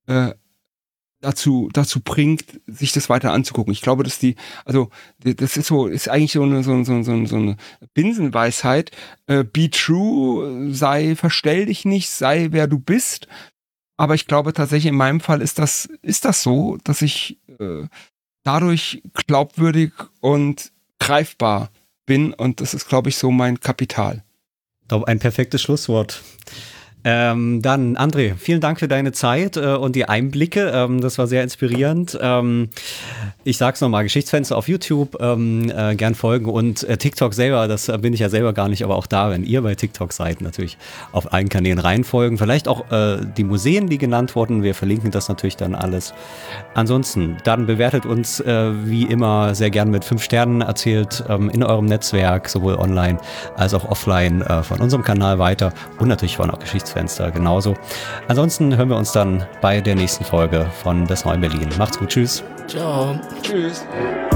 dazu bringt, sich das weiter anzugucken. Ich glaube, dass das ist eigentlich so eine Binsenweisheit. Be true, verstell dich nicht, sei wer du bist. Aber ich glaube tatsächlich, in meinem Fall ist das so, dass ich dadurch glaubwürdig und greifbar bin. Und das ist, glaube ich, so mein Kapital. Ich glaube, ein perfektes Schlusswort. Dann, André, vielen Dank für deine Zeit und die Einblicke. Das war sehr inspirierend. Ich sag's nochmal, Geschichtsfenster auf YouTube, gern folgen und TikTok selber, das bin ich ja selber gar nicht, aber auch da, wenn ihr bei TikTok seid, natürlich auf allen Kanälen reinfolgen. Vielleicht auch die Museen, die genannt wurden. Wir verlinken das natürlich dann alles. Ansonsten, dann bewertet uns wie immer sehr gern mit 5 Sternen, erzählt in eurem Netzwerk, sowohl online als auch offline von unserem Kanal weiter und natürlich von auch Geschichtsfenster genauso. Ansonsten hören wir uns dann bei der nächsten Folge von Das Neue Berlin. Macht's gut, tschüss. Ciao. Tschüss.